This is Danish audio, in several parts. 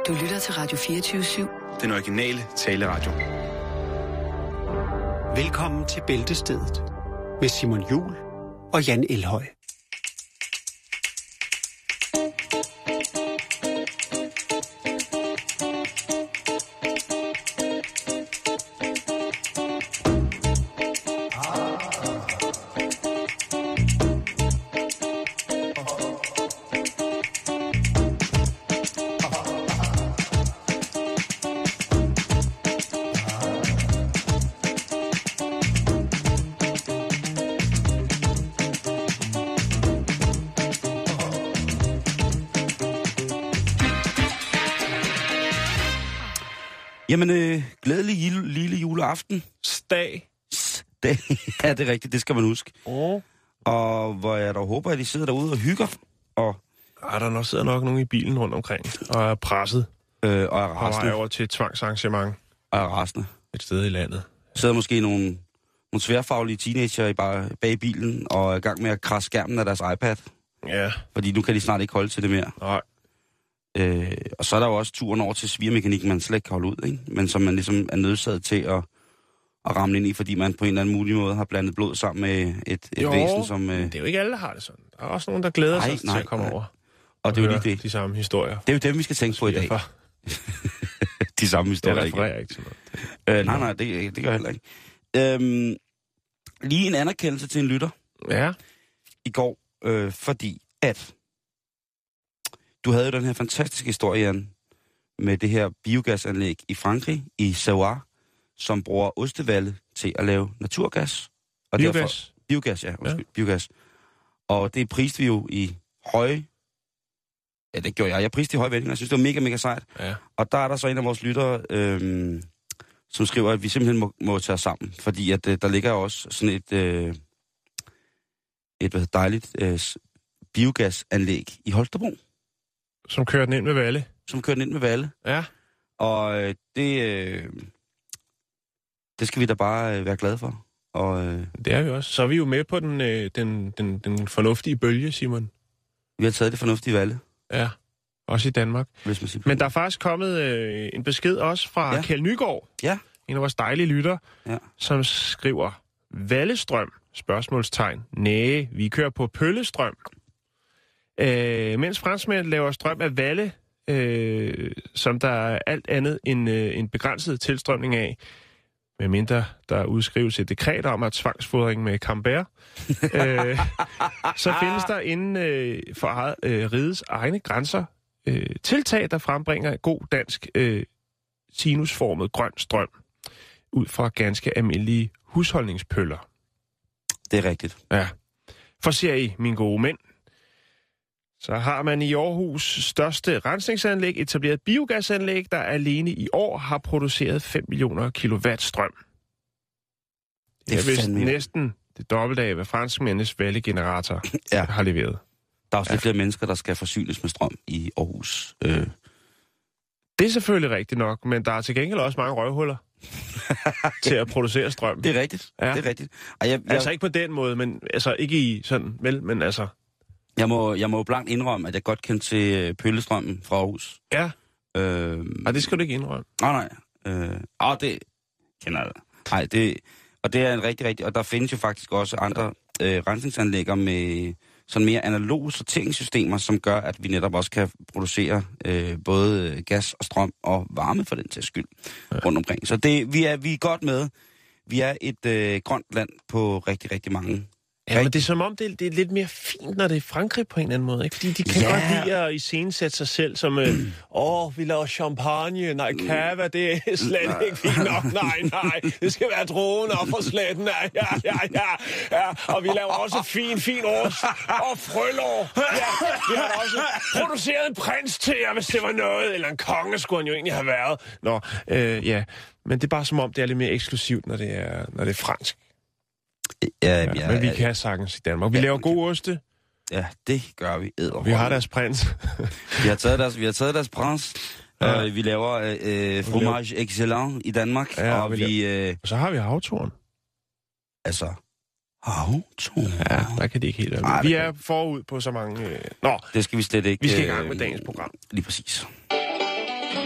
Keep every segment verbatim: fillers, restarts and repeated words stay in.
Du lytter til Radio fireogtyve syv. Den originale taleradio. Velkommen til Bæltestedet med Simon Juhl og Jan Elhøj. Jamen, øh, glædelig lille, lille juleaften. Stag. Stag. Ja, det er rigtigt, det skal man huske. Oh. Og hvor jeg dog håber, at de sidder derude og hygger. Og, ah, der nok sidder nok nogen i bilen rundt omkring og er presset. Øh, og er rasende. Og er over til et tvangsarrangement. Og er rasende. Et sted i landet. Sidder måske nogle, nogle sværfaglige teenager i bare bag bilen og er i gang med at krasse skærmen af deres iPad. Ja. Fordi nu kan de snart ikke holde til det mere. Nej. Øh, og så er der jo også turen over til svigermekanik, man slet ikke kan holde ud, ikke? Men som man ligesom er nødsaget til at, at ramme ind i, fordi man på en eller anden mulig måde har blandet blod sammen med et, et jo, væsen, som... Øh... det er jo ikke alle, der har det sådan. Der er også nogen, der glæder nej, sig nej, til at komme nej. over. Og det er jo lige det. De samme historier. Det er jo dem, vi skal tænke på i dag. De samme historier. Det refererer ikke til noget. Øh, nej, nej, det, det gør jeg heller ikke. Øhm, lige en anerkendelse til en lytter. Ja. I går, øh, fordi at... Du havde jo den her fantastiske historie, Jan, med det her biogasanlæg i Frankrig, i Savoie, som bruger ostevallet til at lave naturgas. Og biogas? Derfor, biogas, ja. Undskyld, ja. Biogas. Og det priste vi jo i høje... Ja, det gjorde jeg. Jeg priste i høje vendinger. Jeg synes, det var mega, mega sejt. Ja. Og der er der så en af vores lyttere, øhm, som skriver, at vi simpelthen må, må tage os sammen. Fordi at øh, der ligger også sådan et, øh, et hvad, dejligt øh, biogasanlæg i Holstebro. Som kører den ind med Valle. Som kører den ind med Valle. Ja. Og øh, det, øh, det skal vi da bare øh, være glade for. Og, øh, det er vi også. Så er vi jo med på den, øh, den, den, den fornuftige bølge, Simon. Vi har taget det fornuftige Valle. Ja, også i Danmark. Hvis man siger. Men der er faktisk kommet øh, en besked også fra ja. Kjeld Nygaard. Ja. En af vores dejlige lytter, ja. som skriver, Vallestrøm, spørgsmålstegn. Næh, vi kører på pøllestrøm. Øh, mens franskmænd laver strøm af Valle, øh, som der er alt andet end øh, en begrænset tilstrømning af, medmindre der udskrives et dekret om at tvangsfodring med Camembert, øh, så findes der inden øh, for eget, øh, rigets egne grænser øh, tiltag, der frembringer god dansk øh, sinusformet grøn strøm ud fra ganske almindelige husholdningspøller. Det er rigtigt. Ja. For ser I, mine gode mænd, så har man i Aarhus største rensningsanlæg etableret biogasanlæg, der alene i år har produceret fem millioner kilowatt strøm. Det er, det er vist næsten det dobbelte af, hvad franskmændenes valgegenerator ja. har leveret. Der er også ja. lidt flere mennesker, der skal forsynes med strøm i Aarhus. Øh. Det er selvfølgelig rigtigt nok, men der er til gengæld også mange røvhuller til at producere strøm. Det er rigtigt. Ja. Det er rigtigt. Og jeg, jeg... Altså ikke på den måde, men altså ikke i sådan, vel, men altså... Jeg må, jeg må blankt indrømme, at jeg godt kendte til pøllestrømmen fra Aarhus. Ja. Øh, og det skal du ikke indrømme. Nej, nej. Øh, åh, det kender jeg. Nej, det... Og det er en rigtig, rigtig... Og der findes jo faktisk også andre øh, rensningsanlægger med sådan mere analoge sorteringssystemer, som gør, at vi netop også kan producere øh, både gas og strøm og varme for den til skyld ja. rundt omkring. Så det, vi, er, vi er godt med. Vi er et øh, grønt land på rigtig, rigtig mange. Ja, men det er som om, det er, det er lidt mere fint, når det er Frankrig på en eller anden måde, ikke? Fordi de kan ja. godt lide at iscenesætte sig selv som, øh, åh, vi laver champagne, nej, kava, det er slet nej. ikke fint nok, nej, nej, det skal være drogen op for sletten, ja, ja, ja, ja, ja, og vi laver også fin, fin ost og frølår, ja, vi har også produceret en prins til jer, hvis det var noget, eller en konge skulle han jo egentlig have været. Nå, øh, ja, men det er bare som om, det er lidt mere eksklusivt, når det er, når det er fransk. Ja, ja, ja, men vi ja, kan sagtens i Danmark. Vi ja, laver gode oste. Ja, det gør vi. Edderhånd. Vi har deres prins. vi har taget deres, vi har taget deres prins. Ja. Og vi laver øh, fromage excellent i Danmark. Ja, og, vi, vi øh, og så har vi havtorn. Altså, havtorn? Ja, der kan det ikke helt være. Vi er forud på så mange... Øh... Nå, det skal vi slet ikke... Vi skal i gang med øh, dagens program. Lige præcis.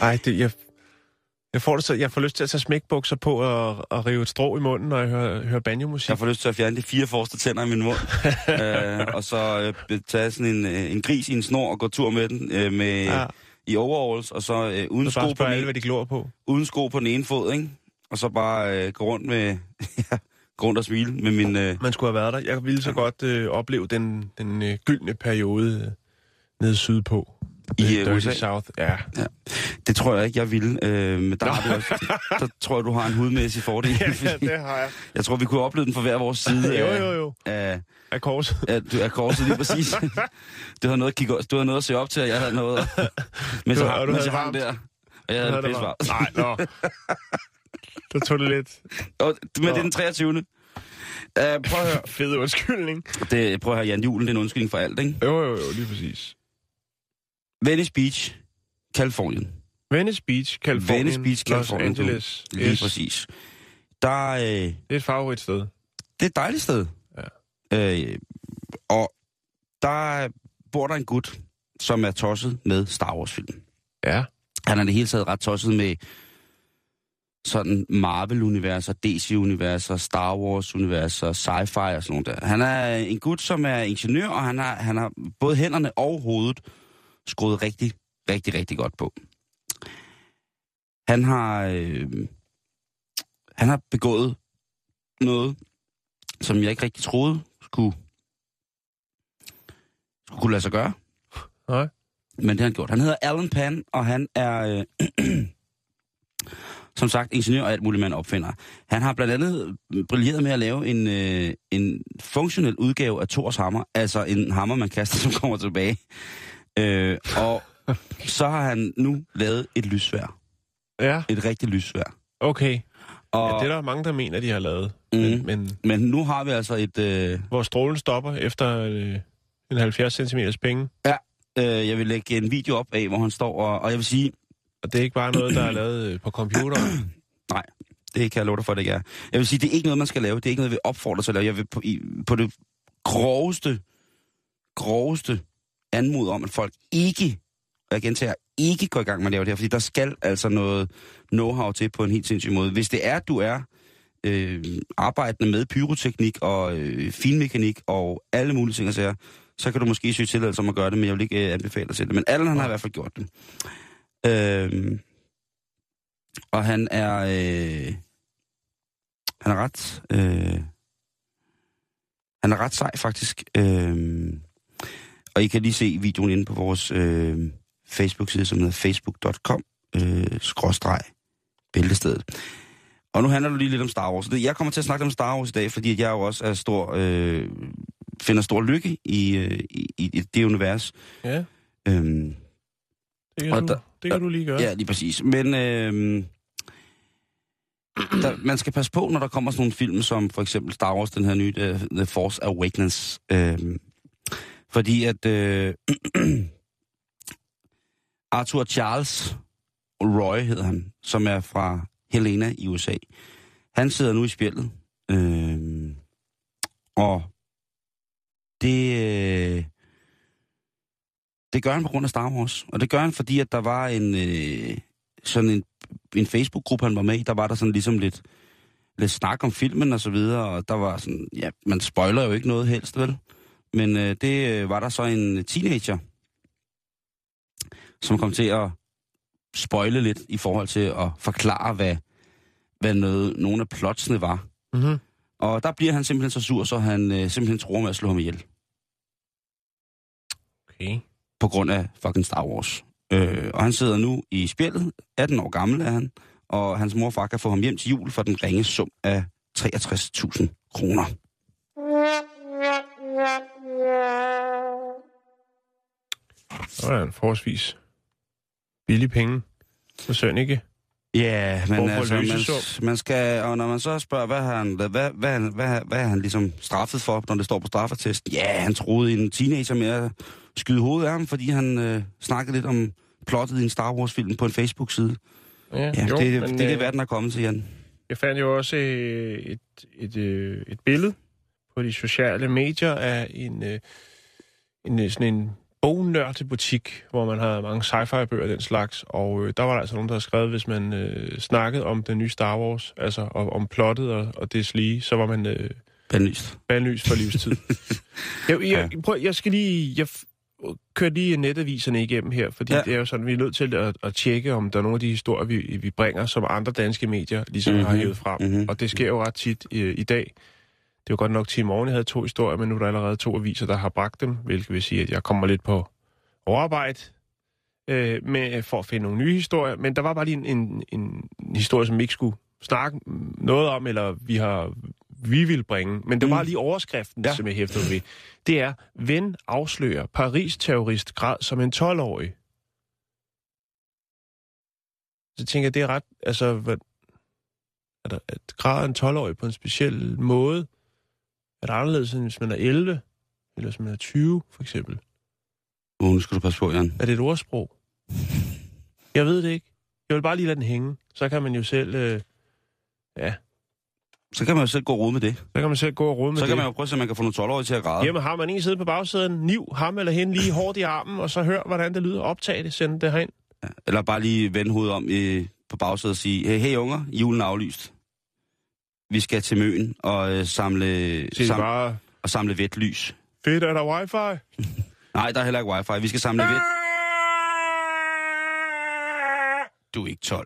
Ej, det, jeg, jeg, får det så, jeg får lyst til at tage smækbukser på og, og rive et strå i munden, når jeg hører, hører banjomusik. Jeg får lyst til at fjerne de fire forreste tænder i min mund, øh, og så øh, tage sådan en, en gris i en snor og gå tur med den øh, med, ja. i overalls, og så øh, uden, sko på alle, hvad de glor på. uden sko på den ene fod, ikke? Og så bare øh, gå rundt med... ja, gå rundt og smile med min... Øh... Man skulle have været der. Jeg ville så godt øh, opleve den, den øh, gyldne periode øh, nede sydpå. I øh, U S A? South, ja. ja. Det tror jeg ikke, jeg ville. Øh, men der, har du også, der tror jeg, du har en hudmæssig fordel. Ja, det har jeg. Jeg tror, vi kunne opleve den fra hver vores side. jo, jo, jo. Af, af korset. Af, du, af korset, lige præcis. Du havde noget at kigge, du havde noget at se op til, og jeg havde noget... Men så har du jeg hang der, og jeg havde det pisse varmt. Nej, nå. Der tog det lidt. Og, men det er den treogtyvende Uh, prøv at høre. Fed undskyldning. Det, prøv at høre, Jan Julen, det er en undskyldning for alt, ikke? Jo, jo, jo, lige præcis. Venice Beach, Californien. Venice Beach, Californien. Venice Beach, Californien. Los Angeles. Lige yes. præcis. Der, øh, det er et favoritsted. Det er et dejligt sted. Ja. Øh, og der bor der en gut, som er tosset med Star Wars-film. Ja. Han er det hele taget ret tosset med sådan Marvel-universer, D C-universer, Star Wars-universer, sci-fi og sådan noget der. Han er en gut, som er ingeniør, og han har, han har både hænderne og hovedet skruet rigtig, rigtig, rigtig godt på. Han har, øh, han har begået noget, som jeg ikke rigtig troede skulle, skulle kunne lade sig gøre. Nej. Men det har han gjort. Han hedder Alan Pan, og han er... Øh, som sagt, ingeniør og alt muligt, man opfinder. Han har blandt andet brilleret med at lave en, øh, en funktionel udgave af Thors hammer, altså en hammer, man kaster, som kommer tilbage. Øh, og så har han nu lavet et lysvær. Ja. Et rigtigt lysvær. Okay. Og, ja, det er der mange, der mener, de har lavet. Mm, men, men, men nu har vi altså et... Øh, hvor strålen stopper efter øh, en halvfjerds centimeters penge. Ja, øh, jeg vil lægge en video op af, hvor han står, og, og jeg vil sige... Og det er ikke bare noget, der er lavet på computeren? Nej, det kan jeg love dig for, det ikke er. Jeg vil sige, det er ikke noget, man skal lave. Det er ikke noget, vi opfordrer til at lave. Jeg vil på, i, på det groveste, groveste anmode om, at folk ikke, og jeg gentager, ikke går i gang med at lave det her, fordi der skal altså noget know-how til på en helt sindssyg måde. Hvis det er, at du er øh, arbejdende med pyroteknik og øh, finmekanik og alle mulige ting, så, så kan du måske søge tilladelse om at gøre det, men jeg vil ikke øh, anbefale dig til det. Men Allan, han har i hvert fald gjort det. Øhm, og han er øh, han er ret øh, han er ret sej faktisk, øhm, og I kan lige se videoen inde på vores øh, Facebook-side, som hedder facebook punktum com øh, skråstreg bæltestedet. Og nu handler det lige lidt om Star Wars. Jeg kommer til at snakke om Star Wars i dag, fordi jeg jo også er stor øh, finder stor lykke i, øh, i, i det univers. Ja. Øhm, det kan, du, der, det kan du lige gøre. Ja, lige præcis. Men øh, der, man skal passe på, når der kommer sådan nogle film, som for eksempel Star Wars, den her nye, uh, The Force Awakens. Øh, fordi at øh, Arthur Charles Roy hedder han, som er fra Helena i U S A. Han sidder nu i spjældet. Øh, og det... Øh, Det gør han på grund af Star Wars. Og det gør han, fordi at der var en øh, sådan en, en Facebook-gruppe, han var med i. Der var der sådan ligesom lidt, lidt snak om filmen og så videre. Og der var sådan, ja, man spoiler jo ikke noget helst, vel? Men øh, det øh, var der så en teenager, som kom til at spoile lidt i forhold til at forklare, hvad, hvad noget, nogle af plotsene var. Mm-hmm. Og der bliver han simpelthen så sur, så han øh, simpelthen tror med at slå ham ihjel. Okay. På grund af fucking Star Wars. Øh, og han sidder nu i spjældet, atten år gammel er han, og hans mor og far kan få ham hjem til jul for den ringe sum af treogtres tusind kroner. Det var en forholdsvis billig penge for søn, ikke? Ja, men altså, man, man skal, og når man så spørger, hvad har han, hvad, hvad, hvad, hvad, hvad er han ligesom straffet for, når det står på straffetesten? Ja, han troede en teenager med at skyde hovedet af ham, fordi han øh, snakkede lidt om plottet i en Star Wars-film på en Facebook-side. Ja, ja jo, det, men, det er det, verden er kommet til, Jan. Jeg fandt jo også øh, et, et, øh, et billede på de sociale medier af en, øh, en sådan en bognørd butik, hvor man havde mange sci-fi-bøger og den slags, og øh, der var der altså nogen, der havde skrevet, hvis man øh, snakkede om den nye Star Wars, altså om, om plottet og, og det lige, så var man øh, bandlyst. bandlyst for livstid. jeg, jeg, jeg, prøv, jeg skal lige... Jeg kører lige netaviserne igennem her, fordi ja. det er jo sådan, vi er nødt til at, at tjekke, om der er nogle af de historier, vi, vi bringer, som andre danske medier ligesom mm-hmm. har hævet frem. Mm-hmm. Og det sker jo ret tit i, i dag. Det var godt nok til i morgen, jeg havde to historier, men nu er der allerede to aviser, der har bragt dem, hvilket vil sige, at jeg kommer lidt på overarbejde øh, med, for at finde nogle nye historier. Men der var bare lige en, en, en historie, som vi ikke skulle snakke noget om, eller vi har vi vil bringe. Men det var mm. lige overskriften, ja. som jeg hæftede ved. Det er, ven afslører Paris-terrorist græd som en tolv-årig. Så tænker jeg, det er ret... Altså, hvad, er der, at græder en tolv-årig på en speciel måde? Er det anderledes, end hvis man er elleve? Eller hvis man er tyve, for eksempel? Uh, nu skal du passe på, Jan. Er det et ordsprog? Jeg ved det ikke. Jeg vil bare lige lade den hænge. Så kan man jo selv... Øh, ja... Så kan man jo selv gå og rode med det. Så kan man selv gå og rode med så det. Så kan man jo prøve, så man kan få nogle tolv-årige til at græde. Jamen har man en sidde på bagsæden, niv ham eller hende lige hårdt i armen, og så hør, hvordan det lyder. Optag det, send det herind. Ja, eller bare lige vende hovedet om i, på bagsæden og sige, hey, hey unger, julen er aflyst. Vi skal til Møn og øh, samle, sam, bare... og samle vetlys. Fedt, er der wifi? Nej, der er heller ikke wifi. Vi skal samle vet. Du er ikke tolv.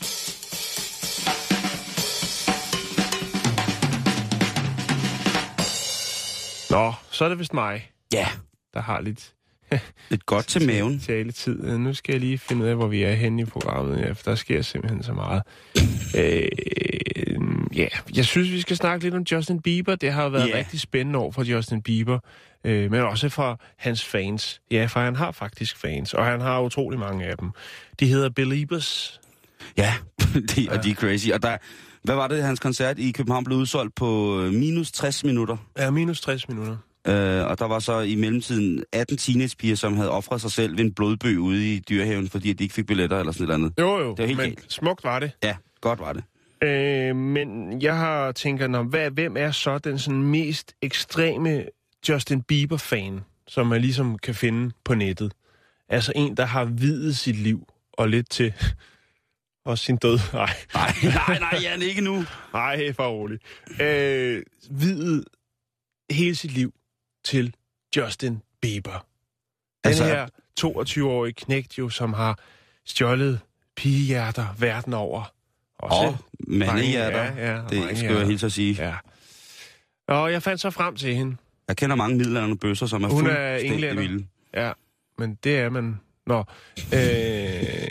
Nå, så er det vist mig. Ja. Der har lidt... lidt godt til maven. Taletid. Nu skal jeg lige finde ud af, hvor vi er henne i programmet, ja, for der sker simpelthen så meget. øh, ja, jeg synes, vi skal snakke lidt om Justin Bieber. Det har været yeah. rigtig spændende år for Justin Bieber, øh, men også for hans fans. Ja, for han har faktisk fans, og han har utrolig mange af dem. De hedder Beliebers. Ja, de, ja. og de er crazy. Og der... Hvad var det, hans koncert i København blev udsolgt på minus tres minutter? Ja, minus tres minutter. Øh, og der var så i mellemtiden atten teenagepiger, som havde offret sig selv ved en blodbøg ude i Dyrehaven, fordi de ikke fik billetter eller sådan noget andet. Jo, jo, det var helt men galt. Smukt var det. Ja, godt var det. Øh, men jeg har tænkt, om, hvad, hvem er så den sådan mest ekstreme Justin Bieber-fan, som man ligesom kan finde på nettet? Altså en, der har videt sit liv og lidt til... Og sin død. Nej. Nej, nej, nej, Jan, ikke nu. Nej, for roligt. Øh, videt hele sit liv til Justin Bieber. Den altså... her toogtyve-årige knægt jo, som har stjålet pigehjerter verden over. Også og mandehjerter. Ja, ja, det skal jeg helt så sige. Ja. Og jeg fandt så frem til hende. Jeg kender mange middelaldrende bøsser, som er fuldstændig vilde. Ja, men det er man. Nå. Øh...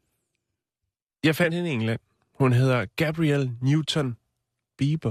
Jeg fandt hende i England. Hun hedder Gabrielle Newton Bieber.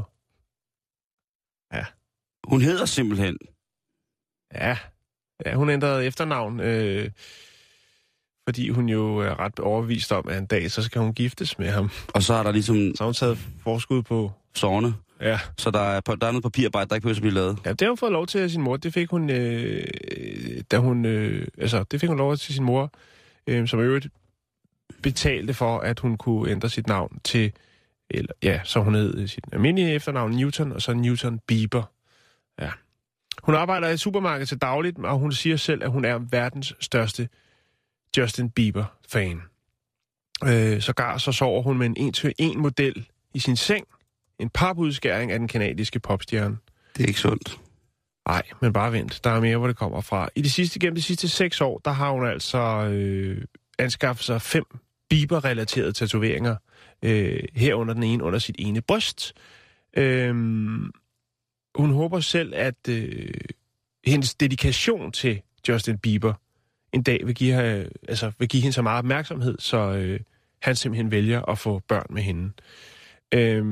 Ja. Hun hedder simpelthen? Ja. Ja, hun ændrede efternavn, øh, fordi hun jo er ret overbevist om, at en dag, så skal hun giftes med ham. Og så har der ligesom... Så har hun taget forskud på... Sårene. Ja. Så der er, der er noget papirarbejde, der ikke behøver at blive lavet? Ja, det har hun fået lov til af sin mor. Det fik hun, øh, da hun... Øh, altså, det fik hun lov til sin mor, øh, som øvrigt betalte for, at hun kunne ændre sit navn til, eller ja, så hun hed sit almindelige efternavn Newton, og så Newton Bieber. Ja. Hun arbejder i et supermarked til dagligt, og hun siger selv, at hun er verdens største Justin Bieber-fan. Øh, sågar så sover hun med en en-til-en model i sin seng. En papudskæring af den kanadiske popstjerne. Det er ikke sundt. Nej, men bare vent. Der er mere, hvor det kommer fra. I de sidste, gennem de sidste seks år, der har hun altså øh, anskaffet sig fem Bieber-relaterede tatoveringer. Øh, herunder den ene under sit ene bryst. Øh, hun håber selv, at øh, hendes dedikation til Justin Bieber en dag vil give, her, altså, vil give hende så meget opmærksomhed, så øh, han simpelthen vælger at få børn med hende. Øh,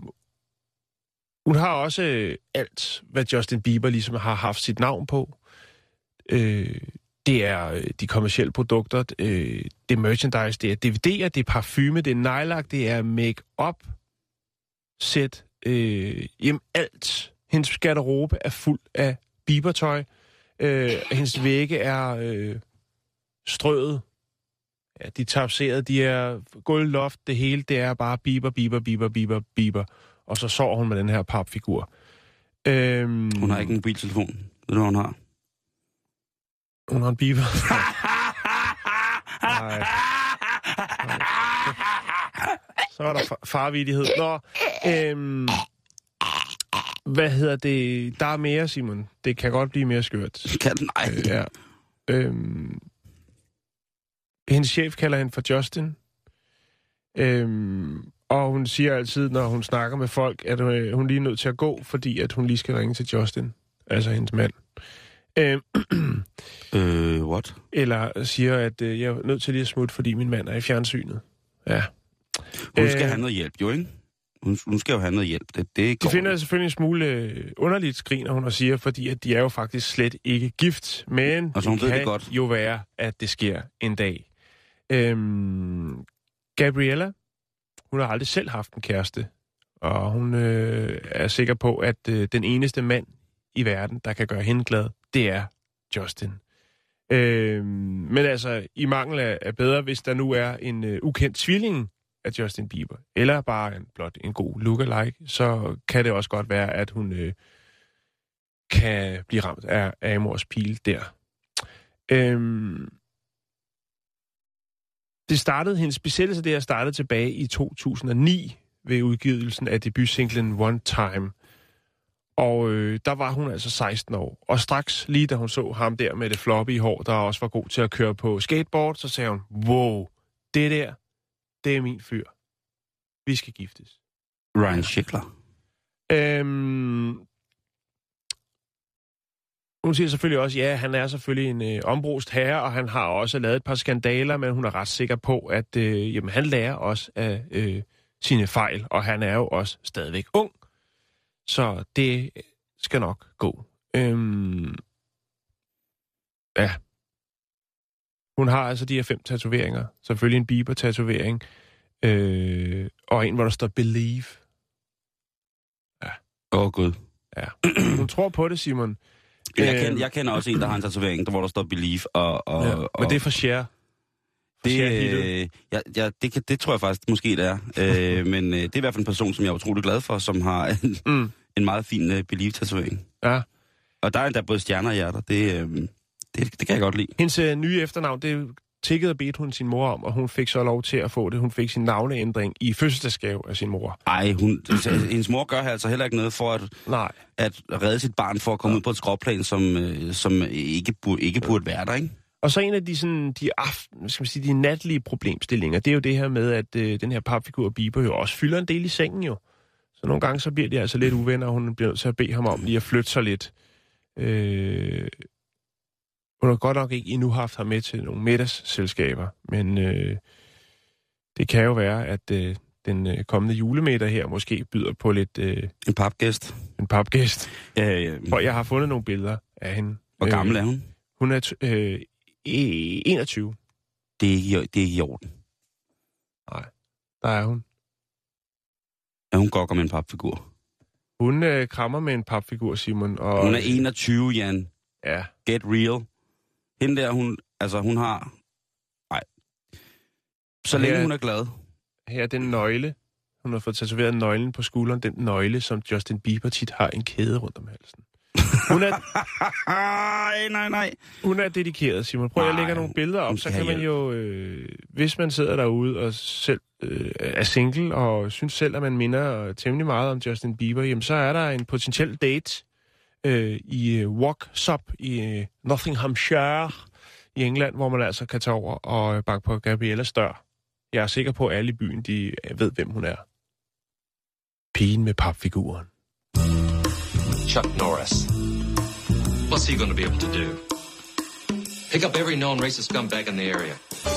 hun har også øh, alt, hvad Justin Bieber ligesom har haft sit navn på. Øh, det er øh, de kommercielle produkter, øh, det er merchandise, det er D V D'er, det er parfume, det er nejlak, det er make-up, sæt, øh, jamen alt. Hendes garderobe er fuld af Bieber-tøj. Øh, hendes vægge er øh, strøget. Ja, de er tapseret, de er gulvloft, det hele, det er bare Bieber, Bieber, Bieber, Bieber, Bieber. Og så sover hun med den her papfigur. Øhm, hun har ikke en mobiltelefon. Ved du, hvad hun har? Hun har en Bieber. Nej. Nej. Så er der far- farvidighed. Nå, øhm, hvad hedder det? Der er mere, Simon. Det kan godt blive mere skørt. Kan den? Nej. Øh, ja. Øhm, hendes chef kalder hende for Justin. Øhm, og hun siger altid, når hun snakker med folk, at øh, hun lige er nødt til at gå, fordi at hun lige skal ringe til Justin. Altså hendes mand. Øhm, øh, what? Eller siger, at øh, jeg er nødt til lige at smutte, fordi min mand er i fjernsynet. Ja. Hun skal øh, have noget hjælp, jo, ikke? Hun, hun skal jo have noget hjælp. Det, det de finder selvfølgelig en smule underligt skriner, hun og siger, fordi at de er jo faktisk slet ikke gift. Men altså, hun det ved kan det godt. jo være, at det sker en dag. Øhm, Gabriella, hun har aldrig selv haft en kæreste. Og hun øh, er sikker på, at øh, den eneste mand i verden, der kan gøre hende glad, det er Justin. Øhm, men altså, i mangel af, af bedre, hvis der nu er en øh, ukendt tvilling af Justin Bieber, eller bare en, blot en god lookalike, så kan det også godt være, at hun øh, kan blive ramt af, af Amors pil der. Øhm, det startede, hendes besættelse der startede tilbage i to tusind og ni ved udgivelsen af debutsinglen One Time. Og øh, der var hun altså seksten år. Og straks lige da hun så ham der med det floppy hår, der også var god til at køre på skateboard, så sagde hun, wow, det der, det er min fyr. Vi skal giftes. Ryan Sheckler. Øhm, hun siger selvfølgelig også, ja, han er selvfølgelig en øh, ombrust herre, og han har også lavet et par skandaler, men hun er ret sikker på, at øh, jamen, han lærer også af øh, sine fejl, og han er jo også stadigvæk ung. Så det skal nok gå. Øhm, ja. Hun har altså de her fem tatoveringer. Selvfølgelig en Bieber-tatovering. Øh, og en, hvor der står Believe. Ja. Åh, oh, gud. Ja. Hun tror på det, Simon. Jeg kender, jeg kender også en, der har en tatovering, der, hvor der står Believe. Og, og, ja, og, men det er for Cher. For det, Cher øh, ja, ja, det, kan, det tror jeg faktisk måske, det er. øh, men øh, det er i hvert fald en person, som jeg er utrolig glad for, som har en, mm. en meget fin uh, Believe-tatovering. Ja. Og der er endda både stjerner og hjerter. Det, øh, det, det kan jeg godt lide. Hendes øh, nye efternavn, det tikkede og bedte hun sin mor om, og hun fik så lov til at få det. Hun fik sin navneændring i fødselsdagsgave af sin mor. Ej, hun, hendes mor gør altså heller ikke noget for at, Nej. at redde sit barn for at komme ja. ud på et skråplan, som, øh, som ikke, burde, ikke burde være der, ikke? Og så en af de, sådan, de, aften, skal man sige, de natlige problemstillinger, det er jo det her med, at øh, den her papfigur Bieber jo også fylder en del i sengen jo. Så nogle gange så bliver de altså lidt uvenner, og hun bliver nødt til at bede ham om lige at flytte sig lidt. Øh, hun har godt nok ikke endnu haft ham med til nogle middagsselskaber, men øh, det kan jo være, at øh, den øh, kommende julemiddag her måske byder på lidt... Øh, en papgæst. En papgæst. Ja, ja. For jeg har fundet nogle billeder af hende. Hvor gammel er hun? Hun er t- øh, enogtyve. Det er, ikke, det er ikke i orden. Nej, der er hun. Ja, hun gokker med en papfigur. Hun øh, krammer med en papfigur, Simon. Og, hun er enogtyve, Jan. Ja. Get real. Hende der, hun, altså hun har... Nej. Så længe hun er glad. Her er den nøgle. Hun har fået tatoveret nøglen på skulderen. Den nøgle, som Justin Bieber tit har en kæde rundt om halsen. Hun er... nej, nej, nej. Hun er dedikeret, Simon. Prøv at lægge nogle billeder op, så kan man jo... Øh, hvis man sidder derude og selv øh, er single, og synes selv, at man minder temmelig meget om Justin Bieber, jamen så er der en potentiel date øh, i øh, Walksop i øh, Nottinghamshire i England, hvor man altså kan tage over og banke på Gabriellas dør. Jeg er sikker på, at alle i byen, de ved, hvem hun er. Pigen med papfiguren. Chuck Norris. What's he going to be able to do? Pick up every known racist scumbag in the area.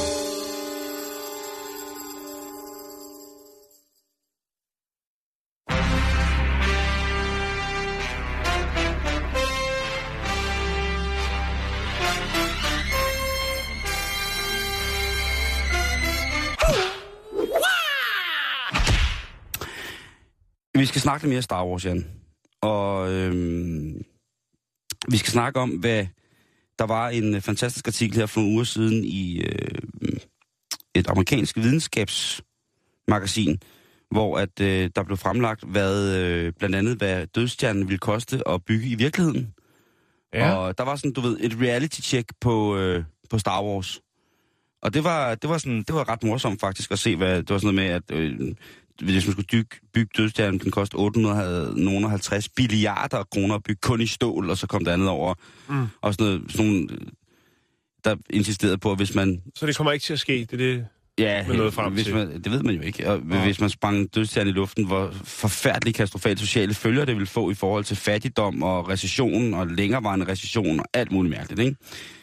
Vi skal snakke lidt mere Star Wars, Jan. Og øhm, vi skal snakke om, hvad der var en fantastisk artikel her for nogle uger siden i øh, et amerikansk videnskabsmagasin, hvor at øh, der blev fremlagt, hvad øh, blandt andet hvad dødsstjernen ville koste at bygge i virkeligheden. Ja. Og der var sådan, du ved, et reality-check på, øh, på Star Wars. Og det var, det var sådan, det var ret morsomt faktisk at se, hvad det var sådan noget med, at øh, hvis man skulle bygge, bygge dødstjernen, den kostede otte hundrede og halvtreds billiarder kroner at bygge kun i stål, og så kom det andet over. Mm. Og sådan noget, sådan nogle, der insisterede på, at hvis man... Så det kommer ikke til at ske, det er det, ja, man nåede frem hvis til? Man, det ved man jo ikke. Og ja. Hvis man sprang dødstjernen i luften, hvor forfærdeligt katastrofalt sociale følger det vil få i forhold til fattigdom og recession og længerevarende recession og alt muligt mærkeligt, ikke?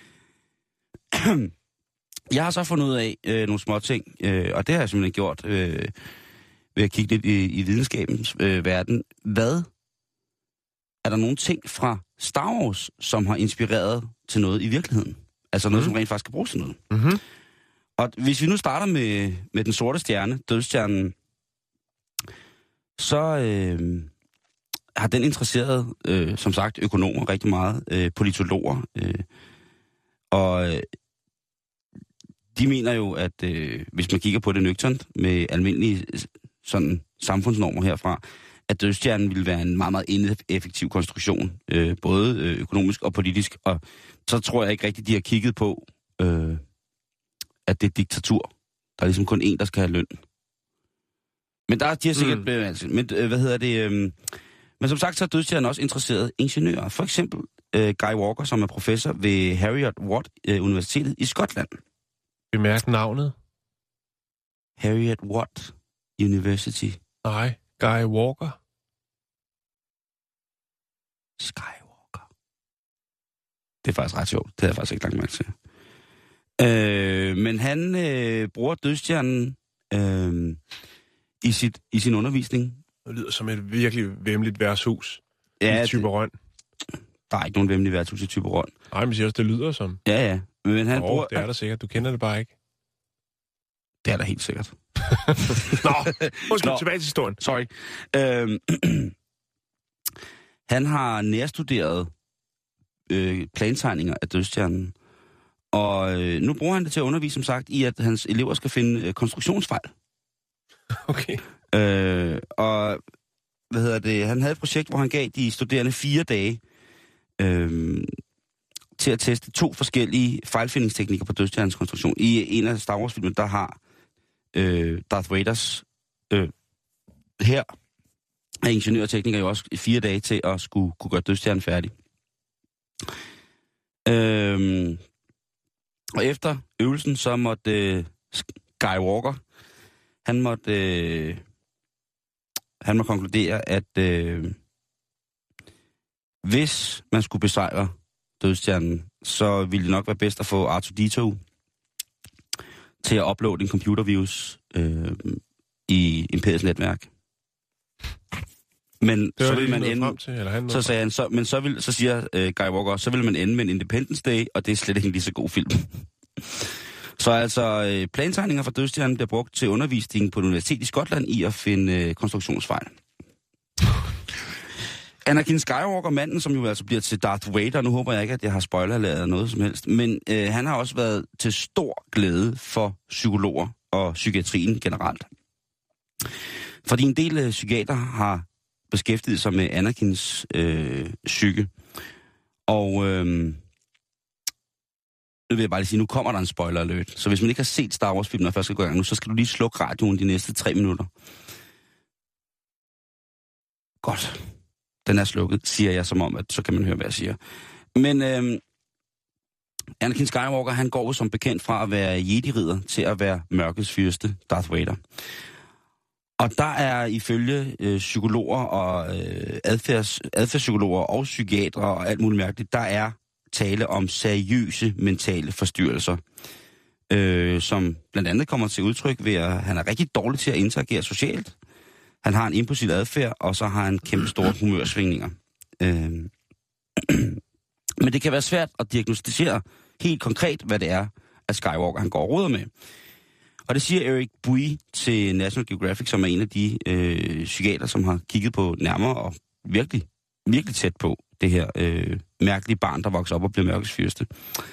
Jeg har så fundet ud af øh, nogle små ting, øh, og det har jeg simpelthen gjort øh, ved at kigge lidt i, i videnskabens øh, verden. Hvad? Er der nogle ting fra Star Wars, som har inspireret til noget i virkeligheden? Altså noget, mm. som rent faktisk kan bruges til noget. Mm-hmm. Og hvis vi nu starter med, med den sorte stjerne, dødstjernen, så øh, har den interesseret, øh, som sagt, økonomer rigtig meget, øh, politologer, øh, og... Øh, de mener jo, at øh, hvis man kigger på det nøgternt med almindelige sådan, samfundsnormer herfra, at dødstjernen ville være en meget, meget ineffektiv konstruktion, øh, både øh, økonomisk og politisk. Og så tror jeg ikke rigtigt, de har kigget på, øh, at det er diktatur. Der er ligesom kun en, der skal have løn. Men der de har sikkert... Mm. Øh, altså, men øh, hvad hedder det... Øh, men som sagt, så er dødstjernen også interesseret ingeniører. For eksempel øh, Guy Walker, som er professor ved Heriot-Watt øh, Universitetet i Skotland. Bemærk navnet. Heriot-Watt University. Nej, Guy Walker. Skywalker. Det er faktisk ret sjovt. Det havde jeg faktisk ikke lagt mærke til. Øh, men han øh, bruger dødstjernen øh, i, sit, i sin undervisning. Det lyder som et virkelig væmmeligt værtshus. Ja, i Thyborøn. Der er ikke nogen væmmelige værtshus i Thyborøn. Nej, men siger også, det lyder som. Ja, ja. Men han oh, bruger... det er der sikkert. Du kender det bare ikke. Det er der helt sikkert. Nå, måske Nå. tilbage til historien. Sorry. Øhm, han har nærstuderet øh, plantegninger af dødstjernen. Og øh, nu bruger han det til at undervise, som sagt, i at hans elever skal finde øh, konstruktionsfejl. Okay. Øh, og hvad hedder det? Han havde et projekt, hvor han gav de studerende fire dage øh, til at teste to forskellige fejlfindingsteknikker på dødstjernens konstruktion. I en af Star Wars-filmen, der har øh, Darth Vaders øh, her af ingeniør og teknikere jo også fire dage til at skulle kunne gøre dødstjernen færdig. Øh, og efter øvelsen, så måtte øh, Guy Walker, han måtte, øh, han må konkludere, at øh, hvis man skulle besejre dødstjernen, så ville det nok være bedst at få R to D to til at uploade en computervirus øh, i Imperiets netværk. Men det så vil man ende, til, eller han så sagde han, så, men så, vil, så siger øh, Guy Walker, så vil man ende med en Independence Day, og det er slet ikke en lige så god film. Så altså, øh, plantegninger for dødstjernen bliver brugt til undervisning på et universitet i Skotland i at finde øh, konstruktionsfejl. Anakin Skywalker, manden, som jo altså bliver til Darth Vader, nu håber jeg ikke, at jeg har spoilerlaget noget som helst, men øh, han har også været til stor glæde for psykologer og psykiatrien generelt. Fordi en del øh, psykiater har beskæftiget sig med Anakins øh, psyke. Og øh, nu vil jeg bare lige sige, nu kommer der en spoiler alert. Så hvis man ikke har set Star Wars-filmen, og først skal gå i gang nu, så skal du lige slukke radioen de næste tre minutter. Godt. Den er slukket, siger jeg som om, at så kan man høre, hvad jeg siger. Men øh, Anakin Skywalker, han går jo som bekendt fra at være Jedi-ridder til at være mørkets fyrste, Darth Vader. Og der er ifølge øh, psykologer og øh, adfærds, adfærdspsykologer og psykiatere og alt muligt mærkeligt, der er tale om seriøse mentale forstyrrelser, øh, som blandt andet kommer til udtryk ved, at han er rigtig dårlig til at interagere socialt. Han har en impulsiv adfærd, og så har han kæmpe store humørsvingninger. Øh, Men det kan være svært at diagnostisere helt konkret, hvad det er, at Skywalker han går og roder med. Og det siger Eric Bui til National Geographic, som er en af de øh, psykiater, som har kigget på nærmere og virkelig, virkelig tæt på det her øh, mærkelige barn, der vokser op og bliver mørkets fyrste.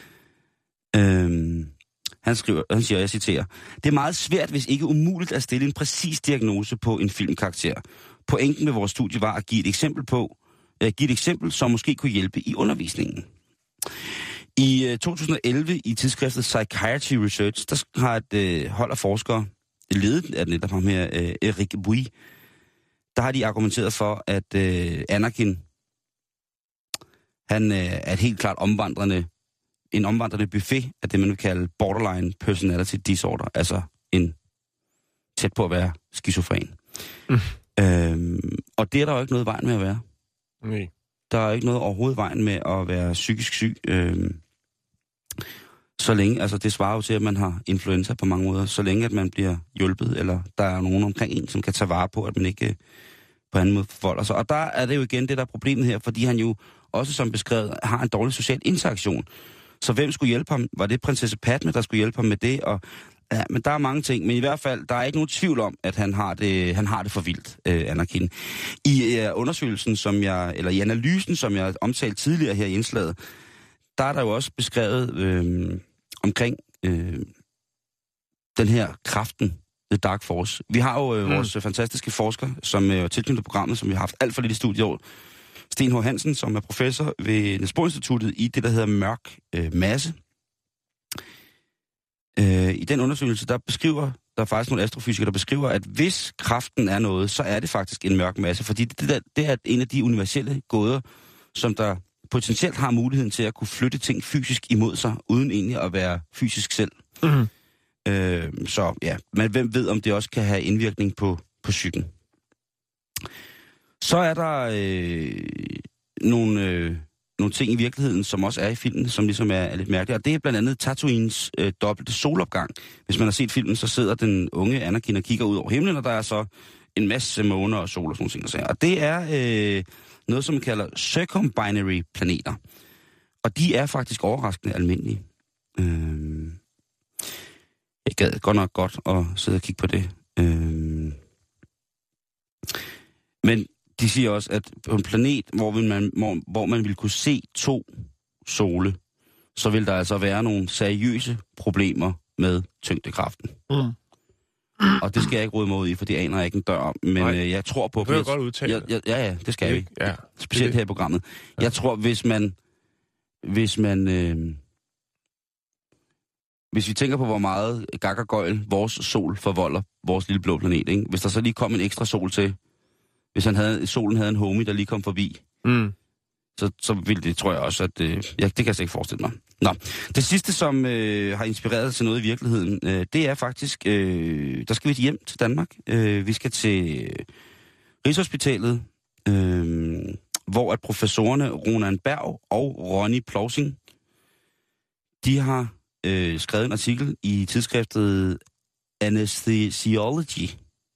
Øh, han, skriver, han siger, jeg citerer, det er meget svært, hvis ikke umuligt, at stille en præcis diagnose på en filmkarakter. Pointen med vores studie var at give et eksempel på, give et eksempel, som måske kunne hjælpe i undervisningen. I øh, to tusind og elleve i tidsskriftet Psychiatry Research, der har et øh, hold af forskere, ledet af den netop ham her, øh, Eric Bouy, der har de argumenteret for, at øh, Anakin, han øh, er et helt klart omvandrende, en omvandrende buffet af det, man vil kalde borderline personality disorder, altså en tæt på at være skizofren. Mm. Øhm, og det er der jo ikke noget i vejen med at være. Nej. Der er ikke noget overhovedet i vejen med at være psykisk syg. Øhm, så længe, altså det svarer jo til, at man har influenza på mange måder, så længe at man bliver hjulpet, eller der er nogen omkring en, som kan tage vare på, at man ikke på anden måde forvolder sig. Og der er det jo igen det, der er problemet her, fordi han jo også, som beskrevet, har en dårlig social interaktion. Så hvem skulle hjælpe ham? Var det prinsesse Padme, der skulle hjælpe ham med det? Og, ja, men der er mange ting. Men i hvert fald, der er ikke nogen tvivl om, at han har det, han har det for vildt, øh, Anakin. I øh, undersøgelsen, som jeg, eller i analysen, som jeg omtalte tidligere her i indslaget, der er der jo også beskrevet øh, omkring øh, den her kraften, The Dark Force. Vi har jo øh, mm. vores fantastiske forsker, som er øh, tilknyttet programmet, som vi har haft alt for lidt i studiet år, Sten H. Hansen, som er professor ved Niels Bohr Instituttet i det, der hedder mørk øh, masse. Øh, I den undersøgelse, der beskriver, der er faktisk nogle astrofysikere, der beskriver, at hvis kraften er noget, så er det faktisk en mørk masse, fordi det, det, det er en af de universelle gåder, som der potentielt har muligheden til at kunne flytte ting fysisk imod sig, uden egentlig at være fysisk selv. Mm. Øh, så ja, men hvem ved, om det også kan have indvirkning på, på psyken. Så er der øh, nogle, øh, nogle ting i virkeligheden, som også er i filmen, som ligesom er, er lidt mærkelige. Og det er blandt andet Tatooines øh, dobbelte solopgang. Hvis man har set filmen, så sidder den unge Anakin og kigger ud over himlen, og der er så en masse måner og sol og sådan nogle ting. Og det er øh, noget, som man kalder circumbinary planeter. Og de er faktisk overraskende almindelige. Øh, jeg gad godt nok godt at sidde og kigge på det. Øh, men de siger også, at på en planet, hvor man, hvor, hvor man vil kunne se to sole, så vil der altså være nogle seriøse problemer med tyngdekraften. Mm. Og det skal jeg ikke råde mod i, for det aner jeg ikke en dør om. Men øh, jeg tror på... Det kan godt udtale jeg, jeg, Ja, ja, det skal vi. Ja, Specielt her i programmet. Ja. Jeg tror, hvis man... Hvis man... Øh, hvis vi tænker på, hvor meget gakkergøjl vores sol forvolder vores lille blå planet, ikke? Hvis der så lige kom en ekstra sol til... Hvis han havde, solen havde en homie, der lige kom forbi, mm. så, så ville det, tror jeg også, at... Øh, ja, det kan jeg slet ikke forestille mig. Nå, det sidste, som øh, har inspireret til noget i virkeligheden, øh, det er faktisk... Øh, der skal vi hjem til Danmark. Øh, vi skal til Rigshospitalet, øh, hvor at professorerne Ronan Berg og Ronny Plovsing, de har øh, skrevet en artikel i tidsskriftet Anesthesiology.